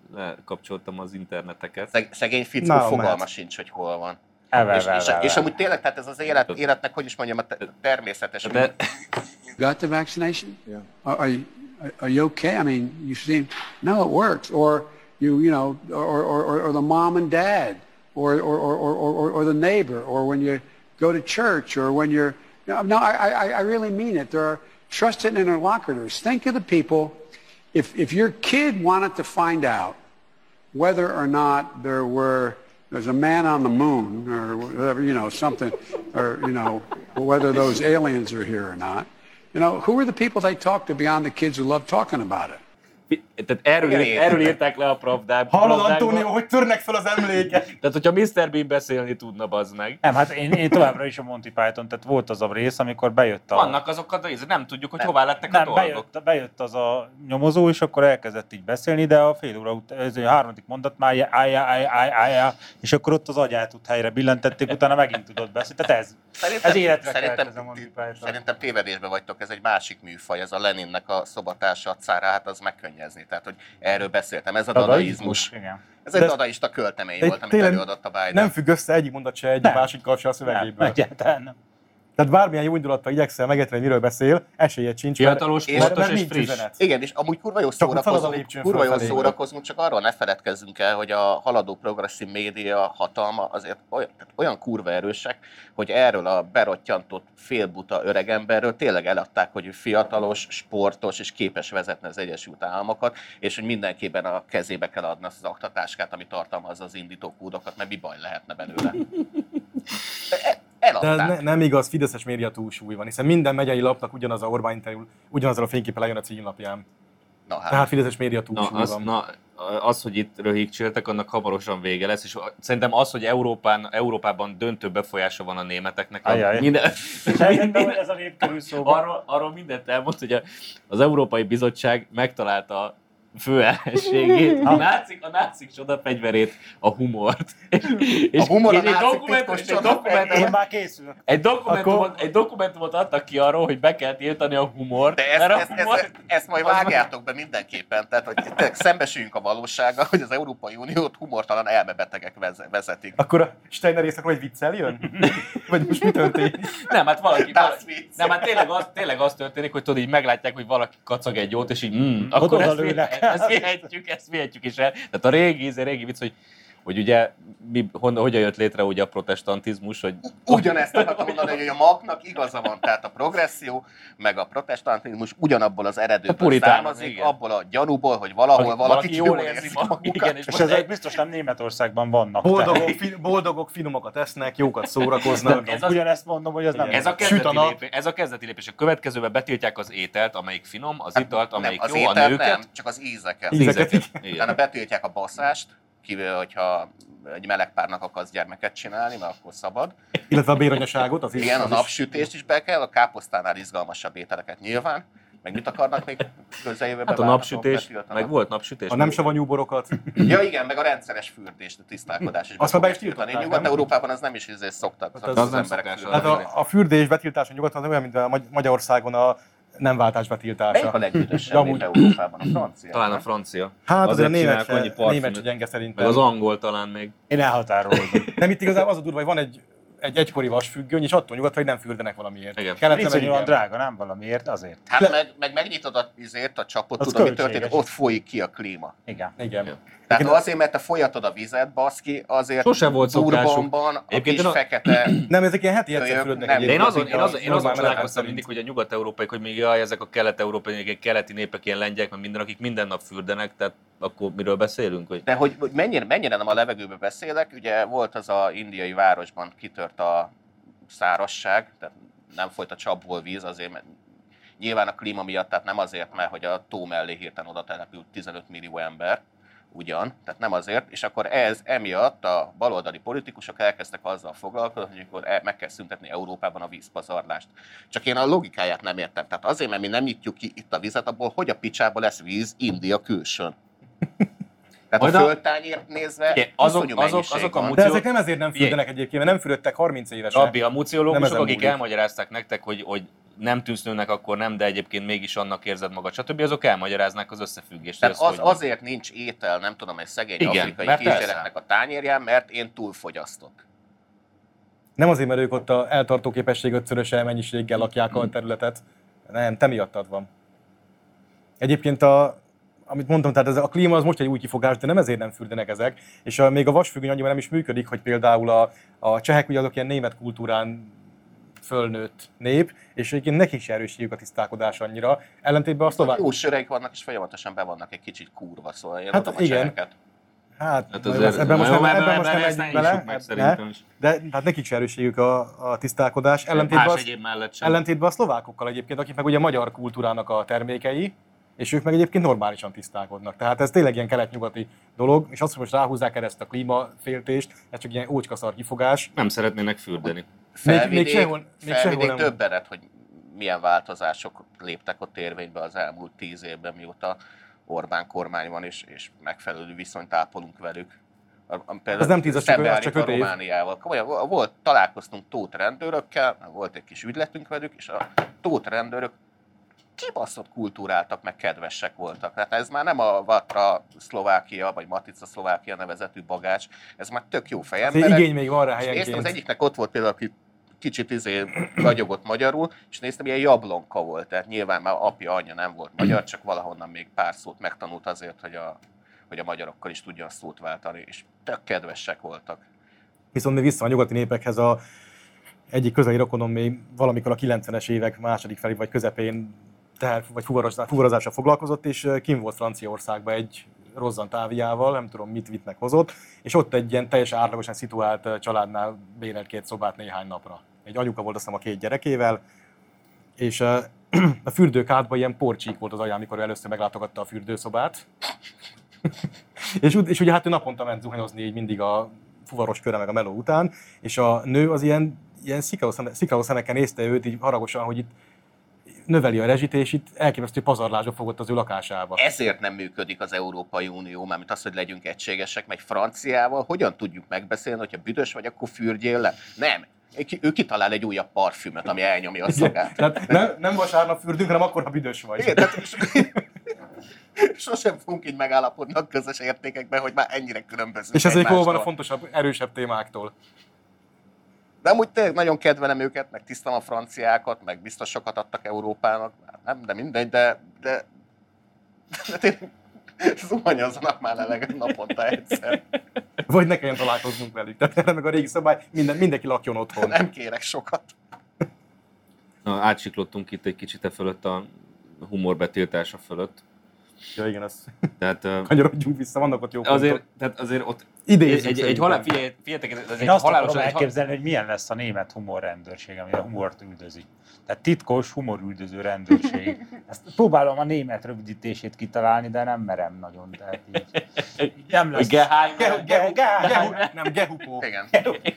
A: lekapcsoltam az interneteket.
C: Szegény fickó fogalma sincs, hogy hol van. És amúgy tényleg, tehát ez az életnek, hogy is mondjam, a természetes.
E: Got the vaccination? Yeah. Are you okay? I mean, you seem, no, it works. Or you know, or the mom and dad, or the neighbor, or when you go to church, or when you're, no, I really mean it. There are trusted interlocutors. Think of the people. If your kid wanted to find out whether or not there's a man on the moon, or whatever, you know, something, or, you know, whether those aliens are here or not, you know, who are the people they talk to beyond the kids who love talking about it?
A: Tehát erről írták le a Pravdákban.
B: Hallod, Antónió, hogy törnek fel az emlékek?
A: Tehát, hogyha Mr. Bean beszélni tudna, bazd meg.
D: Nem, hát én továbbra is a Monty Python, tehát volt az a rész, amikor bejött
A: Vannak azok a részek, nem tudjuk, hogy hová lettek a dolgok.
D: Bejött az a nyomozó, és akkor elkezdett így beszélni, de a fél óra után, ez a harmadik mondat már ájá, és akkor ott az agyát helyre billentették, utána megint tudott beszélni. Tehát ez életre kelt ez a Monty Python.
C: Szerintem tévedésben vagytok, ez egy másik műfaj, ez a Leninnek a szobatársa, a cára, hát az megkönnyezi. Tehát, hogy erről beszéltem, ez a dadaizmus. Ez egy dadaista költemény volt, amit előadott a Biden.
B: Nem függ össze egyik mondat se egyik másikkal se a szövegéből.
D: Egyáltalán nem.
B: Tehát bármilyen jó indulattal igyekszel megérteni, miről beszél, esélyed sincs.
A: Fiatalos, fontos és friss.
C: Igen, és amúgy kurva jó szórakozunk, csak arról ne feledkezzünk el, hogy a haladó progresszív média hatalma azért olyan kurva erősek, hogy erről a berottyantott félbuta öregemberről tényleg eladták, hogy ő fiatalos, sportos és képes vezetni az Egyesült Államokat, és hogy mindenképpen a kezébe kell adni azt az aktatáskát, ami tartalmazza az indítókódokat, mert mi baj lehetne belőle.
B: De nem igaz, fideszes média túlsúly van, hiszen minden megyei lapnak ugyanaz a Orbán interjú, ugyanazzal a fényképpel lejön a címlapján. Tehát fideszes média túlsúly van.
A: Az, hogy itt röhigcséltek, annak hamarosan vége lesz, és szerintem az, hogy Európában döntő befolyása van a németeknek.
D: Ez a népkörű szóban.
A: Arról mindent elmond, hogy az Európai Bizottság megtalálta főellenségét, a nácik csodafegyverét, a humort.
C: A humor a nácik titkos csodafegyver.
D: Én már készülök.
A: Egy dokumentumot adtak ki arról, hogy be kell tiltani a humort.
C: De ezt majd vágjátok be mindenképpen. Tehát, hogy szembesüljünk a valósággal, hogy az Európai Uniót humortalan elmebetegek vezetik.
B: Akkor a Steiner részekről egy viccel jön? Vagy most mi történik?
A: Nem, hát nem, hát tényleg az történik, hogy tudod, így meglátják, hogy valaki kacag egy jót, és így akkor ezt vihetjük is el. Tehát a régi vicc, hogy ugye hogyan jött létre ugye a protestantizmus, hogy...
C: Ugyanezt akartam mondani, hogy a Magnak igaza van, tehát a progresszió, meg a protestantizmus ugyanabból az eredőből származik, abból a gyanúból, hogy valahol valaki jól érzi magukat.
D: És ezek biztos nem Németországban vannak.
B: Boldogok, finomokat esznek, jókat szórakoznak.
D: Ugyanezt mondom, hogy ez nem.
A: Ez a kezdeti lépés. A következőben betiltják az ételt, amelyik finom, az italt, amelyik
C: jó,
A: a nőket.
C: Nem, csak az ízeket. Utána betiltják a baszást, kivéve, hogyha egy meleg párnak akarsz gyermeket csinálni, mert akkor szabad.
B: Illetve a béranyaságot.
C: Igen, a napsütést is be kell, a káposztánál izgalmasabb ételeket nyilván. Meg mit akarnak még közeljövőben?
A: Hát a napsütés, meg volt napsütés.
B: A nem savanyú borokat.
C: Ja igen, meg a rendszeres fürdést, a tisztálkodás is.
B: Azt már be is tiltották.
C: Nyugat-Európában az nem is szoktak.
B: Az emberek. Hát a fürdés betiltása nyugaton olyan, mint a Magyarországon a nem váltás betiltása.
C: Melyik a legbüdösebb nép Európában? A francia?
A: Talán a francia.
B: Hát azért a német se gyenge szerintem.
A: Meg az angol talán még.
D: Én elhatárolom.
B: Nem, itt igazából az a durva, hogy van egy egykori vasfüggöny, és attól nyugodtan, hogy nem fürdenek valamiért.
D: Iszonyúan drága, nem valamiért, azért.
C: Hát meg megnyitod a csapot, tudod, mi történik, ott folyik ki a klíma.
B: Igen.
C: Tehát azért, mert te folyatod a vizet, baszki, azért
A: sosem volt
C: Durbanban a kis fekete...
B: Nem, ezek ilyen heti egyszer fürödnek.
A: Én azon csodálkoztam mindig, hogy a nyugat-európaiak, hogy még ezek a kelet-európai, keleti népek, ilyen lengyek, mert akik minden nap fürdenek, tehát akkor miről beszélünk? Hogy...
C: De hogy mennyire nem a levegőbe beszélek, ugye volt az a indiai városban kitört a szárazság, tehát nem folyt a csapból víz, azért, mert nyilván a klíma miatt, tehát nem azért, mert hogy a tó mellé hirtelen oda települt 15 millió ember, ugyan, tehát nem azért, és akkor emiatt a baloldali politikusok elkezdtek azzal foglalkozni, hogy akkor meg kell szüntetni Európában a vízpazarlást. Csak én a logikáját nem értem. Tehát azért, mert mi nem nyitjuk ki itt a vizet, abból hogy a picsába lesz víz India külsőn. Tehát a földtányért nézve azok
B: a de ezek nem ezért nem fürdenek egyébként, mert nem fürödtek 30 évesen.
A: Rabbi, a muciológusok, akik elmagyarázták nektek, hogy nem tűnsz nőnek, akkor nem, de egyébként mégis annak érzed magad, stb. Azok elmagyaráznák az összefüggést.
C: Tehát azért nincs étel, nem tudom, egy szegény afrikai kisgyereknek a tányérján, mert én túlfogyasztok.
B: Nem azért, mert ők ott a eltartó képesség 5-szörös mennyiséggel lakják a területet. Nem, te miattad van. Egyébként amit mondtam, tehát a klíma az most egy új kifogás, de nem ezért nem fürdenek ezek. És még a vasfüggöny annyiban nem is működik, hogy például a csehek ugye azok ilyen német kultúrán fölnőtt nép, és egyébként nekik is erősségük a tisztálkodás annyira. Ellentétben a szlovák...
C: Jó söreik vannak, és folyamatosan be vannak egy kicsit kurva, szóval én
B: hát
C: adom a cseheket.
B: Hát ebben most nem megyünk bele, de hát nekik is erősségük a tisztálkodás. Ellentétben a szlovákokkal egyébként, akik meg ugye a magyar kultúrának a termékei, és ők meg egyébként normálisan tisztálkodnak. Tehát ez tényleg ilyen kelet-nyugati dolog, és azt, hogy most ráhúzzák erre ezt a klímaféltést, ez csak ilyen ócskaszar kifogás.
A: Nem szeretnének fürdeni.
C: Felvidék döbbenet, hogy milyen változások léptek ott érvénybe az elmúlt 10 évben, mióta Orbán kormány van, és megfelelő viszonyt ápolunk velük.
B: Ez nem 10, az csak 5 év.
C: Romániával. Találkoztunk Tóth rendőrökkel, volt egy kis ügyletünk velük, és a Tóth rendőrök kibaszott kultúráltak, meg kedvesek voltak. Tehát ez már nem a Vatra Szlovákia, vagy Matica Szlovákia nevezetű bagács, ez már tök jó fejemberek.
B: Igény még van rá helyenként.
C: Néztem, az egyiknek ott volt például, aki kicsit ragyogott magyarul, és néztem, ilyen Jablonka volt, tehát nyilván már apja, anyja nem volt magyar, csak valahonnan még pár szót megtanult azért, hogy a magyarokkal is tudjon szót váltani, és tök kedvesek voltak.
B: Viszont még vissza a nyugati népekhez, egyik közeli rokonom még valamikor a 90-es évek második felé vagy közepén vagy fuvarozással foglalkozott, és kim volt Franciaországban egy rozzant áviával, nem tudom mit vittnek hozott, és ott egy ilyen teljesen átlagosan szituált családnál bérelt 2 szobát néhány napra. Egy anyuka volt, azt hiszem, a 2 gyerekével, és a fürdőkádban ilyen porcsík volt az alján, amikor ő először meglátogatta a fürdőszobát. és ugye hát ő naponta ment zuhanyozni így mindig a fuvaros körre meg a meló után, és a nő az ilyen szikráló szemekkel nézte őt így haragosan, hogy itt növeli a rezsit, és itt elképesztő pazarlásba fogott az ő lakásába.
C: Ezért nem működik az Európai Unió, mármint az, hogy legyünk egységesek, meg Franciával, hogyan tudjuk megbeszélni, hogyha büdös vagy, akkor fürdjél le? Nem. Ő kitalál egy újabb parfümöt, ami elnyomja a szagát.
B: Tehát nem vasárnap fürdünk, hanem akkor, ha büdös vagy.
C: Igen, tehát sosem fogunk így megállapodni a közös értékekben, hogy már ennyire különbözünk.
B: És ezért hol van a fontosabb, erősebb témáktól.
C: De amúgy tényleg nagyon kedvelem őket, meg tisztem a franciákat, meg biztos sokat adtak Európának, nem, de mindegy, de tényleg zuhanyozzanak már le naponta egyszer.
B: Vagy ne kelljen találkoznunk velük, tehát meg a régi szabály, mindenki lakjon otthon.
C: Nem kérek sokat.
A: Na, átsiklottunk itt egy kicsit e fölött a humor betiltása fölött.
B: Ja igen, az.
A: Tehát
B: kanyarodjunk vissza, vannak ott jó pontok.
A: Tehát azért ott
B: egy
A: halál, figyeljetek, ez
D: én azt akarom elképzelni, hogy milyen lesz a német humorrendőrség, ami a humort üldözi. Tehát titkos humorüldöző rendőrség. Ezt próbálom a német rövidítését kitalálni, de nem merem nagyon. Tehát így nem lesz.
B: Nem, Gehupó.
C: Igen.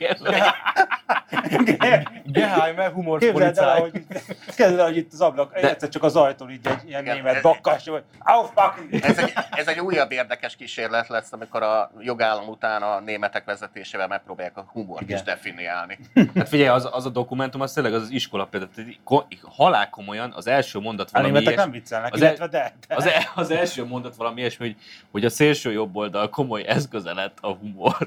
B: Geheimer humorpolizei.
D: Képzeld el, hogy itt az ablak, egyszer csak az ajtól így egy ilyen német bakkás, vagy
C: ez egy újabb érdekes kísérlet lesz, amikor a jogállam után a németek vezetésével megpróbálják a humort is definiálni.
A: Hát figyelj, az a dokumentum, az tényleg az iskola például, halál komolyan az első mondat valami
D: ilyesmi. A németek nem viccelnek, illetve de.
A: Az első mondat valami ilyesmi, hogy a szélső jobb oldal komoly eszköze lett a humor.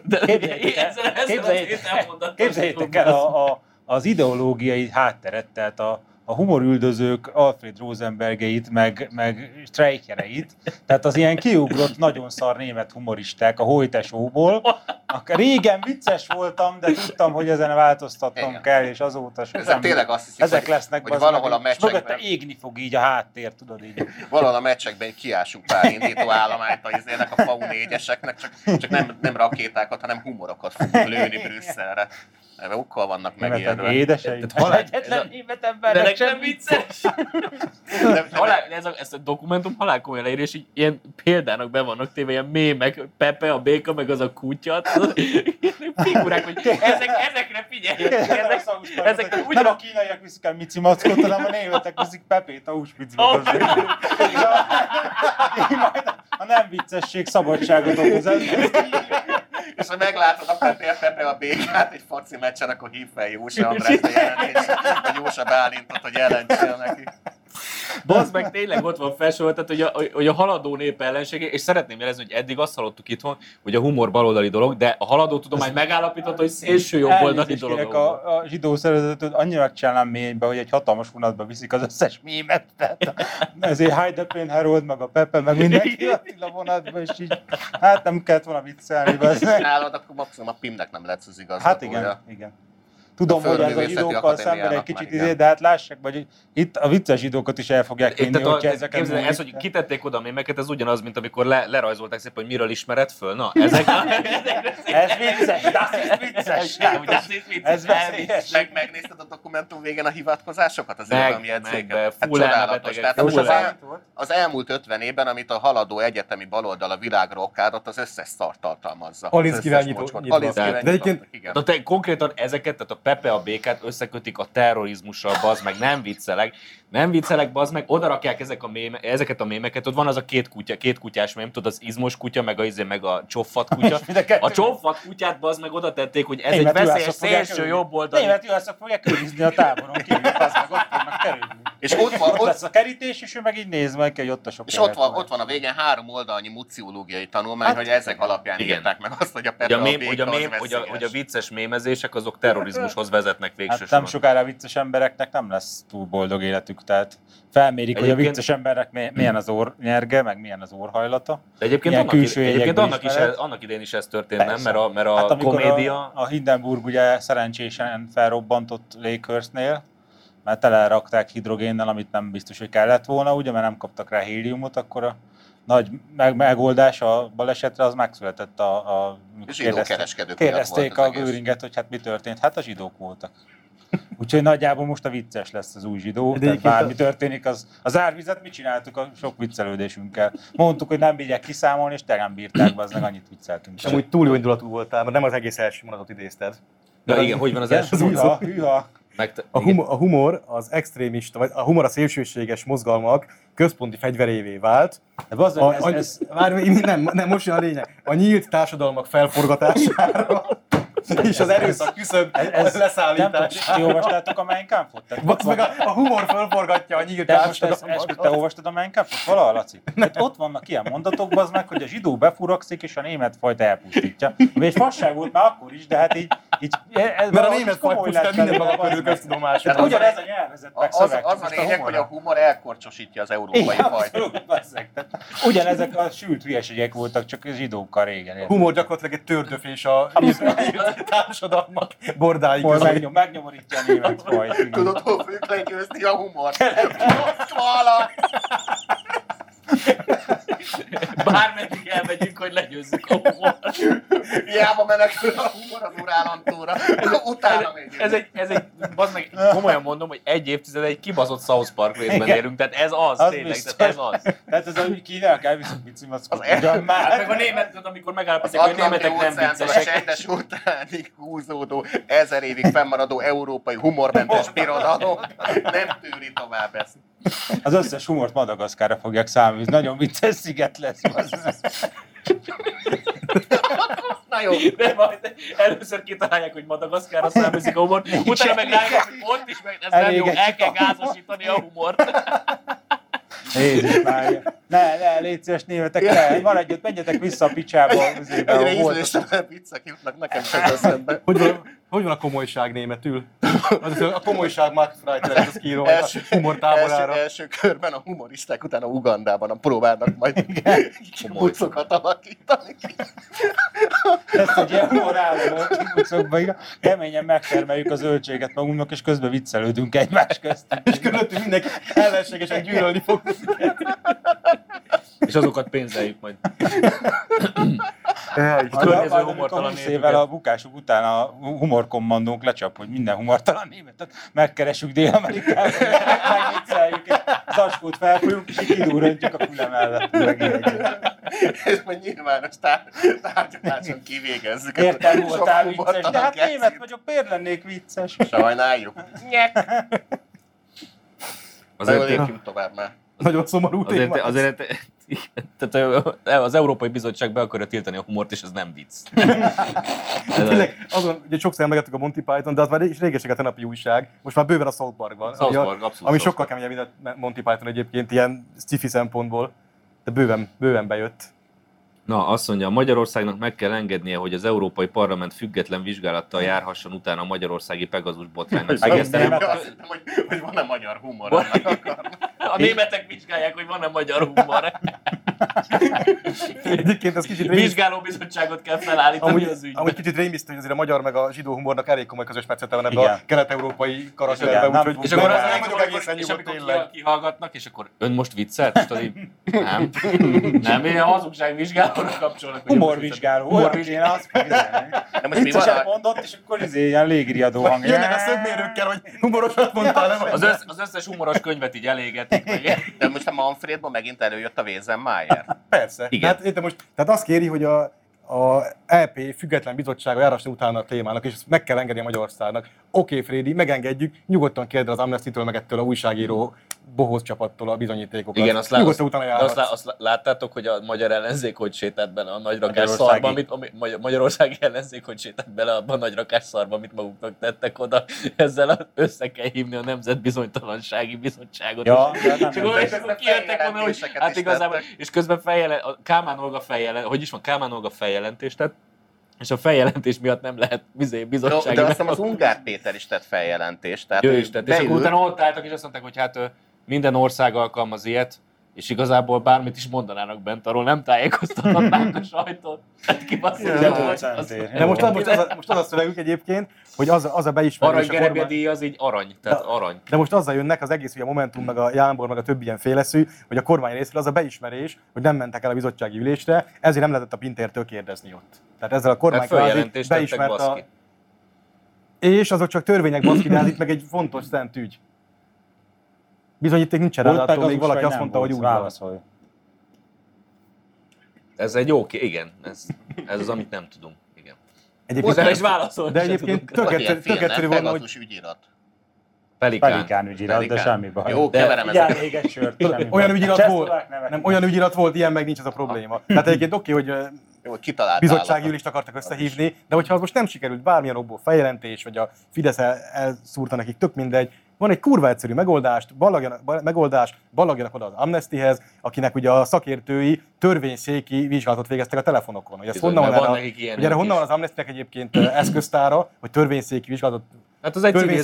D: Képzeljétek el az ideológiai hátteret, tehát a humorüldözők Alfred Rosenbergeit, meg Streichereit, tehát az ilyen kiugrott, nagyon szar német humoristák a Hojtesóból. Régen vicces voltam, de tudtam, hogy ezen változtatnom kell, és azóta sem.
C: Tényleg azt hiszik,
D: ezek lesznek,
C: hogy valahol a meccsekben...
D: Mögötte égni fog így a háttér, tudod így.
C: Valahol a meccsekben kiásunk pár indító állományt a FAU 4-eseknek, csak nem rakétákat, hanem humorokat fogunk lőni Brüsszelre. Mert okkal vannak megijedve.
D: Édesei.
A: Egyetlen német embernek sem vicces. Ez a dokumentum halál komoly leír, és így ilyen példának be vannak téve, ilyen mémek, Pepe, a béka, meg az a kutya. Ilyen figurák, hogy ezekre figyeljetek. Ezek
D: nem a kínaiak viszik el Mici Mackot, hanem a németek viszik Pepét Auschwitzba. A nem viccesség szabadságot okoz.
C: És ha meglátod a Pepe a békát egy foci meccsen, akkor hív fel Jósa Andrásra jelentés, vagy legkevesebb Bálintot, hogy jelentsél neki.
A: Bazd meg, tényleg ott van felsorolt, hogy a haladó nép ellensége, és szeretném jelezni, hogy eddig azt hallottuk itthon, hogy a humor baloldali dolog, de a haladó tudomány megállapította, hogy szélső jobboldali dolog.
D: A zsidó szervezetet annyira megcsinálnám mélybe, hogy egy hatalmas vonatba viszik az összes mémet. Ezért Hyde Pain Harold, meg a Pepe, meg mindenki a vonatba, és így, hát nem kellett volna viccelni.
C: Nálad akkor maximum a Pimnek nem lesz az igazgatója.
D: Hát igen. Tudom, hogy ez a zsidókkal szemben egy kicsit de hát lássák, hogy itt a vicces zsidókat is el fogják vinni, hogyha ezeket
A: mondjuk. Ez, hogy kitették oda a mémeket, ez ugyanaz, mint amikor lerajzolták szépen, hogy miről ismered föl. Na, ezek...
D: ez vicces, das ist vicces. Ez veszélyes.
C: Megnézted a dokumentum végén a hivatkozásokat? Az irodalmi jegyzéket?
A: Csodálatos.
C: Az elmúlt 50 évben, amit a haladó egyetemi baloldal a világra okádott, az összes szart tartalmazza.
B: Alinsky
A: konkrétan ezeket, tehát a Pepe a békát összekötik a terrorizmussal, bazd meg, nem viccelek, bazd meg, oda rakják ezeket a mémeket, ott van az a két kutyás mém, tudod, az izmos kutya, meg a csofat kutya. A csofat kutyát, bazd meg, oda tették, hogy ez egy veszélyes szélső jobboldali.
D: Német juhászok fogják őrizni a táboron kívül, bazd meg, ott fognak kerülni. És ott lesz a kerítés, és ő meg így néz meg, hogy ott a sok.
C: És ott van a végén 3 oldalnyi muciológiai tanulmány, hogy ezek alapján írták meg azt, hogy a Pepe a béka
A: hogy a vicces mémezések azok terrorizmushoz vezetnek végsősorban.
D: Hát nem sokára a vicces embereknek nem lesz túl boldog életük, tehát felmérik, hogy a vicces emberek milyen az orrnyerge, meg milyen az orrhajlata.
A: De egyébként annak idején is ez történt, persze. Nem? Mert a hát komédia...
D: A Hindenburg ugye szerencsésen felrobbantott Lakehurstnél, mert telerakták hidrogénnel, amit nem biztos, hogy kellett volna, ugye, mert nem kaptak rá héliumot, akkor a nagy megoldás a balesetre az megszületett a kérdezték a Göringet, hogy hát mi történt. Hát a zsidók voltak. Úgyhogy nagyjából most a vicces lesz az új zsidó, tehát bármi történik, az árvizet mi csináltuk a sok viccelődésünkkel. Mondtuk, hogy nem bírják kiszámolni, és te nem bírták, az meg annyit vicceltünk.
B: És amúgy túl jó indulatú voltál, mert nem az egész első mondatot idézted.
A: De igen, hogy van az első
D: mondat? Hűha.
B: A humor az extrémista, vagy a humor a szélsőséges mozgalmak központi fegyverévé vált. Nem, most jön a lényeg. A nyílt társadalmak felforgatására és az erőszak küszöb leszállítására.
D: Ti olvastátok a Mein Kampfot?
B: Meg a humor felforgatja a nyílt társadalmat.
D: Te olvastad a Mein Kampfot valahol, Laci? Hát ott vannak ilyen mondatok, az meg, hogy a zsidó befurakszik, és a német fajta elpusztítja. Ami egy fasság volt már akkor is, de hát így
B: mert a német faj pusztít minden maga körül köztudomását.
D: Tehát ugyanez a nyelvezet meg szöveg.
C: Az a lényeg, hogy a humor elkorcsosítja az európai fajt.
D: Ugyanezek a sült hülyeségek voltak, csak a zsidókkal régen.
B: A humor gyakorlatilag egy tördöfés a társadalmak bordáig.
D: Megnyomorítja a német fajt.
C: Tudod, hol fogjuk legyőzni a humort? Moszkva
A: Bármeddig elmegyünk, hogy legyőzzük a humort.
C: Hiába menekül a humor az urálantúra. Utána megyünk.
A: Ez egy, bazd meg, komolyan mondom, hogy egy évtized egy kibaszott South Park részben élünk, tehát ez az tényleg, tehát ez az.
D: Tehát ez úgy kínálják, elviszünk bicimaszkot.
A: Meg a német, amikor megállapítják, hogy a németek nem viccesek.
C: Az Csendes óceánig húzódó, 1000 évig fennmaradó európai humormentes birodalom nem tűri tovább ezt.
D: Az összes humort Madagaszkárra fogják számolni, nagyon vicces sziget lesz.
C: Na jó.
A: De majd először kitalálják, hogy Madagaszkárra számolzik a humort, utána meg rájönnek, hogy ott is meg, ez nem jó, el kell gázosítani a humort.
D: Jézus Mária. Ne, légy szíves németek, maradjott, menjetek vissza a picsába.
C: Egyre ízlésre viccek jutnak nekem csak eszembe.
B: Hogy van a komolyság németül? A komolyság Max Reiter, ez az kíró, a humor táborára.
C: Első körben a humoristák, utána Ugandában próbálnak majd kibucokat alakítani.
D: Ezt egy ilyen humorállamon kibucokba, keményen megtermeljük a zöldséget magunknak, és közben viccelődünk egymás közt.
B: És körülöttünk mindenki ellenségesen gyűlölni fog.
A: És azokat pénzeljük majd.
D: A 20 évvel a bukásuk után a humorkommandónk lecsap, hogy minden humortalan németet megkeressük Dél-Amerikában, megvicceljük, az askót felfújunk, és kidurrantjuk a füle mellett.
C: És majd nyilvános tárgyaláson kivégezzük.
D: Értem, voltál vicces, de hát német vagyok, miért lennék vicces?
C: Sajnáljuk. Nyek! Azért lépjünk tovább már.
B: Nagyon szomorú téma.
A: Azért Tehát az Európai Bizottság be akarja tiltani a humort, és ez nem vicc.
B: Tényleg, azon, ugye sokszor emlegettük a Monty Python, de az már régeség a tenapi újság, most már bőven a South Park van.
A: South Park, abszolút.
B: Ami sokkal keményebb, mint a Monty Python egyébként, ilyen sci-fi szempontból, de bőven bejött.
A: Na, azt mondja, Magyarországnak meg kell engednie, hogy az Európai Parlament független vizsgálattal járhasson utána a magyarországi Pegasus botránynak.
C: Azt hittem, hogy van-e magyar humor.
A: A németek vizsgálják, hogy van-e magyar humor.
B: Egyébként ez kicsit
A: Vizsgálóbizottságot kell felállítani az ügyben.
B: Amúgy kicsit rémisztő, hogy azért a magyar meg a zsidó humornak elég komoly közös metszete van ebben a kelet-európai karakterben.
A: És akkor kihallgatnak, és akkor ön most viccelt? Nem, én a hazugságvizsgálóra kapcsolnak.
D: Humorvizsgáló. Humorvizsgáló. Azt vicceset mondott, és akkor ilyen légiriadó hang.
B: Jönnek a szögmérőkkel, hogy humorosat mondtál.
A: Az összes humoros könyvet így elégetik.
C: De most a Manfredban megint előjött a Wesenmayer.
B: Persze.
A: Igen.
B: Tehát azt kéri, hogy a EP független bizottsága járasson utána a témának, és ezt meg kell engedni a Magyarországnak. Oké, Frédi, megengedjük, nyugodtan kérdez az Amnesty-től, meg ettől a újságíró bohóc csapattól a bizonyítékokat.
A: Igen,
B: azt
A: láttátok, hogy a magyar ellenzék hogy sétált bele a nagyrakás szarba, magyarországi ellenzék hogy sétált bele abban a nagyrakás szarba, amit maguknak tettek oda. Ezzel össze kell hívni a Nemzetbizonytalansági Bizottságot.
D: Ja,
A: és akkor kijöttek volna, hogy hát igazából, és közben Kálmán Olga feljelentést tett, és a feljelentés miatt nem lehet bizottsági.
C: De azt hiszem az Ungár Péter is tett feljelentést. Tehát
A: ő is tett, és akkor utána ott álltak, és azt mondták, hogy hát minden ország alkalmaz ilyet, és igazából bármit is mondanának bent, arról nem tájékoztathatnánk a sajtót.
B: De most az a szövegük egyébként, hogy az a beismerés.
A: Aranygerebje díj az így arany, tehát arany.
B: De most azzal jönnek az egész, hogy a Momentum, meg a Jámbor, meg a többi ilyen féleszű, hogy a kormány részéről az a beismerés, hogy nem mentek el a bizottsági ülésre, ezért nem lehetett a Pintértől kérdezni ott. Tehát ezzel a kormány beismerte. És azok csak törvények baszki, de ez itt meg egy fontos szent ügy. Bizonyíték nincsen rá, attól még valaki azt mondta, hogy úgy
D: válaszolj.
A: Ez egy jó igen, ez az, amit nem tudunk. Igen.
B: Egyébként
A: is válaszolni.
B: De egyébként tök egyszerű volna, hogy...
C: ügyirat.
A: Pelikán
D: ügyirat, de semmi baj.
C: Jó, keverem ezeket.
D: Még egy sört,
B: olyan ügyirat volt, olyan ügyirat volt, ilyen meg nincs ez a probléma. Tehát egyébként oké, hogy bizottsági ülést akartak összehívni, de hogyha az most nem sikerült bármilyen okból feljelentés, vagy a Fidesz elszúrta nekik, tök mindegy, van egy kurva egyszerű megoldás, ballagjanak oda az Amnestyhez, akinek ugye a szakértői törvényszéki vizsgálatot végeztek a telefonokon. Hogy erre honnan van az Amnestynek egyébként eszköztára, hogy törvényszéki vizsgálatot,
A: hát az egy civil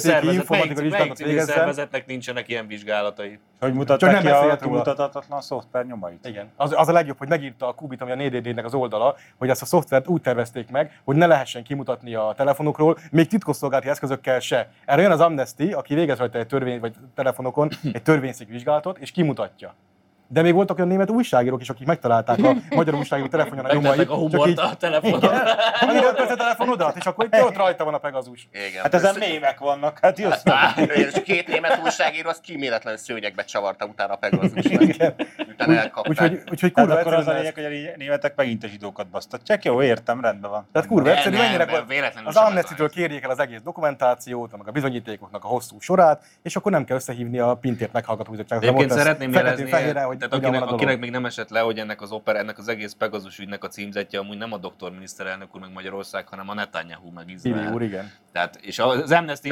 A: szervezetnek nincsenek ilyen vizsgálatai.
D: Hogy mutatták ki a kimutatatlan szoftver nyomait?
B: Igen. Az a legjobb, hogy megírta a Kubit, ami a 4DD-nek az oldala, hogy ezt a szoftvert úgy tervezték meg, hogy ne lehessen kimutatni a telefonokról, még titkosszolgálati eszközökkel se. Erre jön az Amnesty, aki végez rajta egy törvény vagy telefonokon egy törvényszéki vizsgálatot, és kimutatja. De még voltak olyan német újságírók is, akik megtalálták a magyar újságíró telefonján a nyomait.
A: A humort a telefonon.
B: Annyira a telefonodat, és akkor ott rajta van a Pegasus.
C: Igen.
D: Hát ezen mémek vannak, hát jössz.
C: És két német újságíró, az kíméletlen szőnyegbe csavarta utána a Pegasusnak. Utána elkapták.
B: Úgyhogy kurva
D: akkor az a lényeg, hogy a németek megint a zsidókat basztatják. Jó, értem, rendben van.
B: Tehát kurva egyszerű, mennyire az Amnesty-től kérjék el az egész dokumentációt, meg a bizonyítékoknak a hosszú sorát, és akkor nem kell összehívni a Pintért meghallgató bizottságot.
A: Egyébként szeretném jelezni, akinek még nem esett le, hogy ennek az egész Pegasus ügynek a címzetje amúgy nem a doktor miniszterelnök úr meg Magyarország, hanem a Netanyahu meg Izrael.
B: Úr, igen.
A: Tehát, és az Amnesty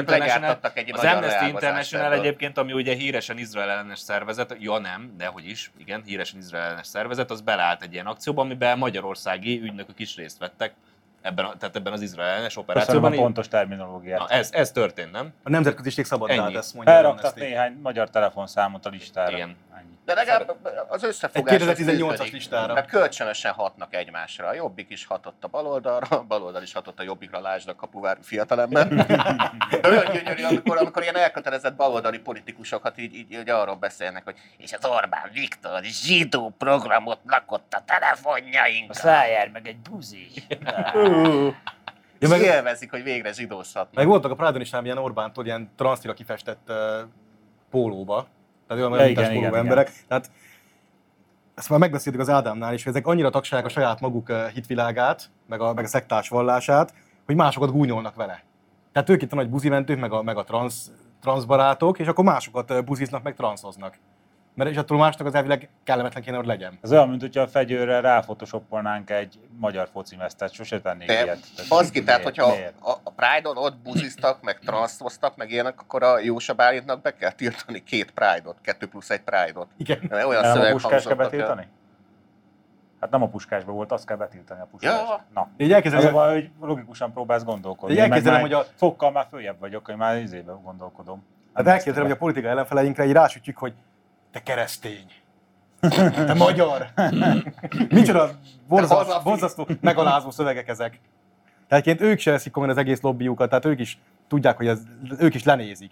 A: International egyébként, ami ugye híresen Izrael ellenes szervezet, dehogy is, igen, híresen Izrael ellenes szervezet, az beleállt egy ilyen akcióba, amiben magyarországi ügynökök is részt vettek. Ebben az izrael ellenes operációban.
D: Köszönöm a pontos terminológiát.
A: Ez történt, nem?
B: A nemzetköziség szabadát, ezt mondja.
D: Felraktak néhány magyar telefonszámot a listára.
A: Igen.
C: De legalább az összefogás...
B: Egy 2018-as listára.
C: Mert kölcsönösen hatnak egymásra. A Jobbik is hatott a baloldalra, a baloldal is hatott a Jobbikra, lásd a Kapuvár fiatalember. De olyan gyönyörű, amikor ilyen elkötelezett baloldali politikusokat így arról beszélnek, hogy és az Orbán Viktor zsidó programot lakott a telefonjainkkal.
A: A szájár meg egy buzi.
C: És élvezik, hogy végre zsidózhatnak.
B: Meg voltak a Pride-on is ilyen Orbántól ilyen transzira kifestett pólóba. Tehát olyan mintes pólóba emberek. Tehát ezt már megbeszéltük az Ádámnál is, hogy ezek annyira tagság a saját maguk hitvilágát, meg a szektás vallását, hogy másokat gúnyolnak vele. Tehát ők itt a nagy buzimentők, meg a transzbarátok, és akkor másokat buziznak, meg transzoznak. Mert és a másnak az elvileg kellemetlen kéne, hogy legyen.
D: Ez olyan, mint hogyha a fegyőrre ráfotoshopolnánk egy magyar focimesztet, sosem tennék ilyet.
C: Baszki, tehát hogyha a Pride-on ott buziztak, meg transzoztak, meg ilyenek, akkor a Jósa Bálintnak be kell tiltani 2 Pride-ot, 2+1 Pride-ot.
B: Igen.
C: Olyan
D: nem
C: szöveg
D: a Puskás kell betiltani? Hát nem a Puskásban volt, azt kell betiltani a Puskást.
C: Ja.
D: Na.
B: Így elkezdem,
D: az a baj, hogy logikusan próbálsz gondolkodni.
B: Így elképzelem, hogy
D: fokkal már följebb vagyok, hogy már izébe gondolkodom.
B: Hát elképzelem, hogy a politika ellenfeleinkre így rásütjük, hogy te keresztény, te magyar. Micsoda borzasztó, megalázó szövegek ezek. Tehát ők se eszik komolyan az egész lobbyukat, tehát ők is tudják, hogy ők is lenézik.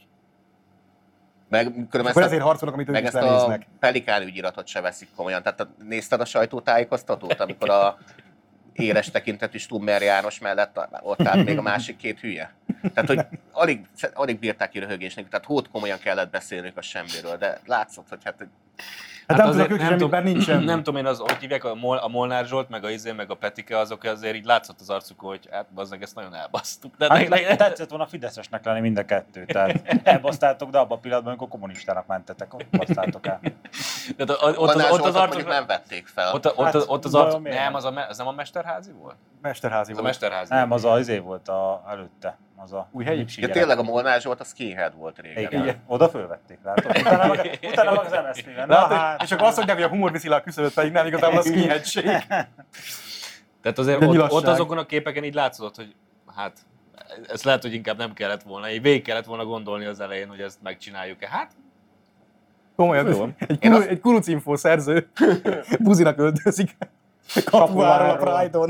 B: Akkor ezért harcolnak, amit ők is lenéznek.
C: A Pelikán ügyiratot se veszik komolyan. Tehát nézted a sajtótájékoztatót, amikor a éles tekintetű Stummer János mellett ott állt még a másik 2 hülye? Tehát, hogy alig bírták ki röhögésnek, tehát hót komolyan kellett beszélnünk a semmiről, de látszott, hogy hát
B: nem tudok ők semmit, mert nincsen.
A: Nem tudom én, hogy hívják, a Molnár Zsolt, meg a Izé, meg a Petike, azok azért így látszott az arcuk, hogy hát bazdmeg, ezt nagyon elbasztuk.
D: Tetszett volna fideszesnek lenni mind a 2, tehát elbasztáltok, de abban a pillanatban, amikor kommunistának mentetek, ott basztáltok el.
A: Ott az
C: arcuk nem vették fel.
A: Ott az arcuk, nem, az nem a Mesterházi volt?
B: Mesterházi volt.
A: A Mesterházi.
D: Nem, az az Izé volt előtte. Az a
B: Újhelyi?
C: Ja, tényleg a Molnár Zsolt, az skinhead volt régen.
D: Igen. Oda fölvették, látod? Utána meg az MSZP-ben.
B: És akkor azt mondják, hogy a humor viszi le a küszöböt, pedig nem igazából a skinheadség.
A: Tehát azért ott azokon a képeken így látszott, hogy hát ezt lehet, hogy inkább nem kellett volna, így végig kellett volna gondolni az elején, hogy ezt megcsináljuk-e. Hát
B: komolyan, egy kurucinfo szerző buzinak öltözik. Kapuáról a Pride-on.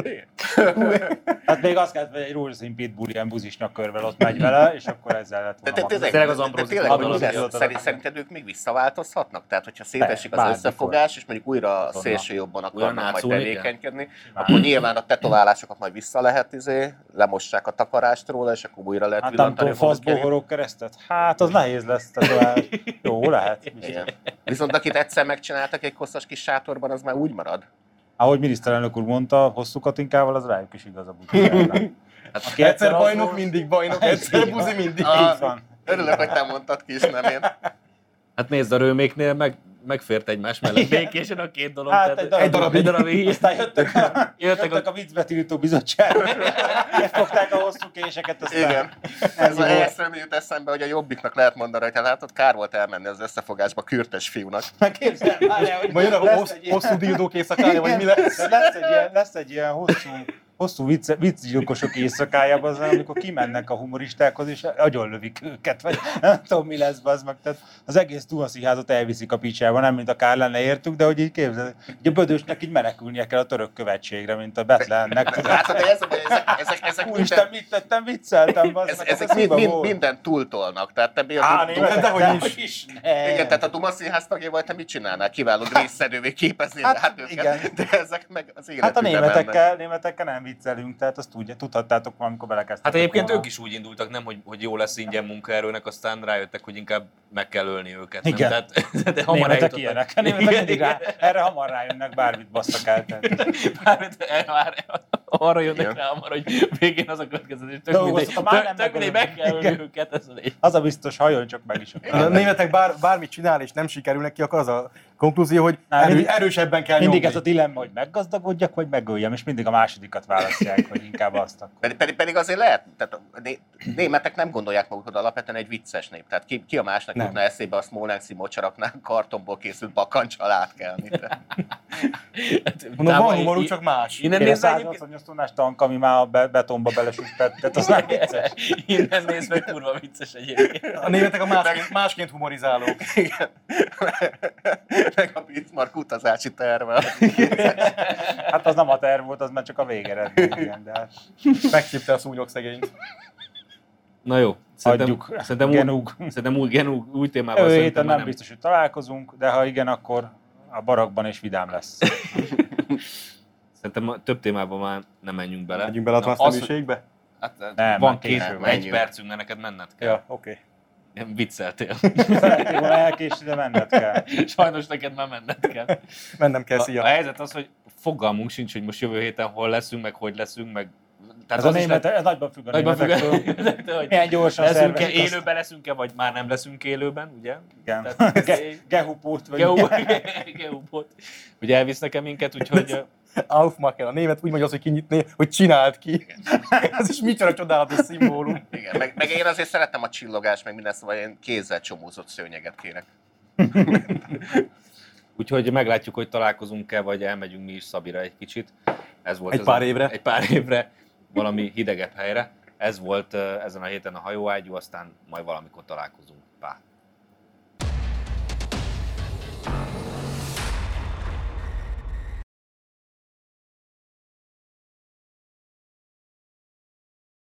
D: Hát még azt kellett, hogy egy rózsaszín pitbull ilyen buzis nyakörvel ott megy vele, és akkor ezzel lett volna.
A: Tényleg az Ambrózi.
C: Szerinted ők még visszaváltozhatnak? Tehát, hogyha szétesik az összefogás, és mondjuk újra szélső jobban akarnak majd tevékenykedni, akkor nyilván a tetoválásokat majd vissza lehet lemossák a takarást róla, és akkor újra lehet
D: villantani. Hát nem tudom, faszbohorok keresztet? Hát az nehéz lesz tetoválás. Jó, lehet.
C: Viszont akit egyszer megcsináltak egy hosszas kis sátorban, az már úgy marad.
D: Ahogy miniszterelnök úr mondta, hosszú Katinkával az rájuk is igaz a buziságra.
B: Hát egyszer bajnok, mindig bajnok, egyszer buzi, mindig.
C: Örülök, hogy te mondtad ki, és nem én.
A: Hát nézd, a rőméknél megfért egymás mellett békésen a 2 dolog.
B: Hát egy darab
D: így. Aztán jöttek a viccbetiltó bizottságba. Megfogták a hosszú késeket, aztán...
C: Igen. Ez a helyesen jut eszembe, hogy a Jobbiknak lehet mondani, hogy látod, kár volt elmenni az összefogásba kürtes fiúnak.
D: Képzelj, hogy
B: majd jön a hosszú dildók éjszakája, vagy mi lesz?
D: Lesz egy ilyen hosszú viccgyilkosok éjszakájában, az, amikor kimennek a humoristákhoz, és agyonlövik őket, vagy nem tudom, mi lesz, bazd meg. Tehát az egész Tuhaszínházat elviszik a picsába, nem mint akár lenne értük, de hogy így képzel, hogy a Bödösnek így menekülnie kell a török követségre, mint a Betlennek.
C: Látod, ezek
D: Úristen, mit tettem, vicceltem, bazd meg.
C: Ezek minden túltolnak, tehát te
B: dehogy is.
C: Igen, tehát a Duma Színház tagja vagy, te mit csinálnál? Kiváló részszedővé képezni őket, de ezek meg az életükben
D: mennek. Hát a németekkel nem viccelünk, tehát azt tudhattátok valamikor belekezdtek.
A: Hát egyébként ők is úgy indultak, nem, hogy jó lesz ingyen munkaerőnek, aztán rájöttek, hogy inkább meg kell ölni őket.
D: Igen.
A: Nem? Tehát, de
D: németek ilyenek. Erre hamar rájönnek, bármit basszak el.
A: Arra jönnek rá hamar, hogy végén az a következő, tök mindegy, meg kell ölni őket.
D: Az a biztos, hajjon csak meg is.
B: A németek bármit csinál és nem sikerül neki, akkor az a konklúzió, hogy erősebben kell
D: mindig nyomni. Ez a dilemma, hogy meggazdagodjak, vagy megöljem, és mindig a másodikat választják, hogy inkább azt akkor.
C: Pedig azért lehet, tehát a németek nem gondolják magukat alapvetően egy vicces nép. Tehát ki a másnak jutna eszébe a Smolensk-i mocsaraknál kartonból készült bakancsal átkelni.
B: Mondom, van humorú, csak más.
D: Innen nézd meg 188 tonnás tank, ami már a betonba belesüppett, tehát az nem vicces.
A: Innen nézd meg, kurva vicces egyébként.
B: A németek a másként humorizálók.
C: Igen. Meg a Bismarck utazási terve.
D: Hát az nem a terv volt, az már csak a végeredmény. De...
B: Megcsípte a szúnyog szegényt.
A: Na jó, szerintem új témával.
D: Jövő héten nem biztos, hogy találkozunk, de ha igen, akkor a barakban is vidám lesz.
A: Szerintem több témában már nem menjünk bele.
B: Menjünk bele a transzneműségbe?
A: Hát, nem, van egy percünk, mert neked menned kell.
B: Ja, oké.
A: Nem vicceltél.
D: Szeretnék volna elkésni, de menned kell.
A: Sajnos neked már menned kell.
B: Mennem kell, szia.
A: A helyzet az, hogy fogalmunk sincs, hogy most jövő héten hol leszünk, meg hogy leszünk, meg Tehát
D: ez a német, ez nagyban függ a németektől. Milyen gyorsan
A: leszünk-e élőben, leszünk-e, vagy már nem leszünk élőben, ugye?
D: Igen. Gehupót.
A: Gehupót. Ugye elvisznek minket, úgyhogy...
B: Aufmacher, a német úgy mondja azt, hogy kinyitné, hogy csinált ki. Ez is micsoda csodálatos szimbólum.
C: Igen, meg én azért szeretem a csillogást, meg minden, szóval én kézzel csomózott szőnyeget kérek.
A: Úgyhogy meglátjuk, hogy találkozunk-e, vagy elmegyünk mi is Szabira egy kicsit. Ez volt
B: egy pár évre.
A: Egy pár évre, valami hidegebb helyre. Ez volt ezen a héten a hajóágyú, aztán majd valamikor találkozunk. Pá!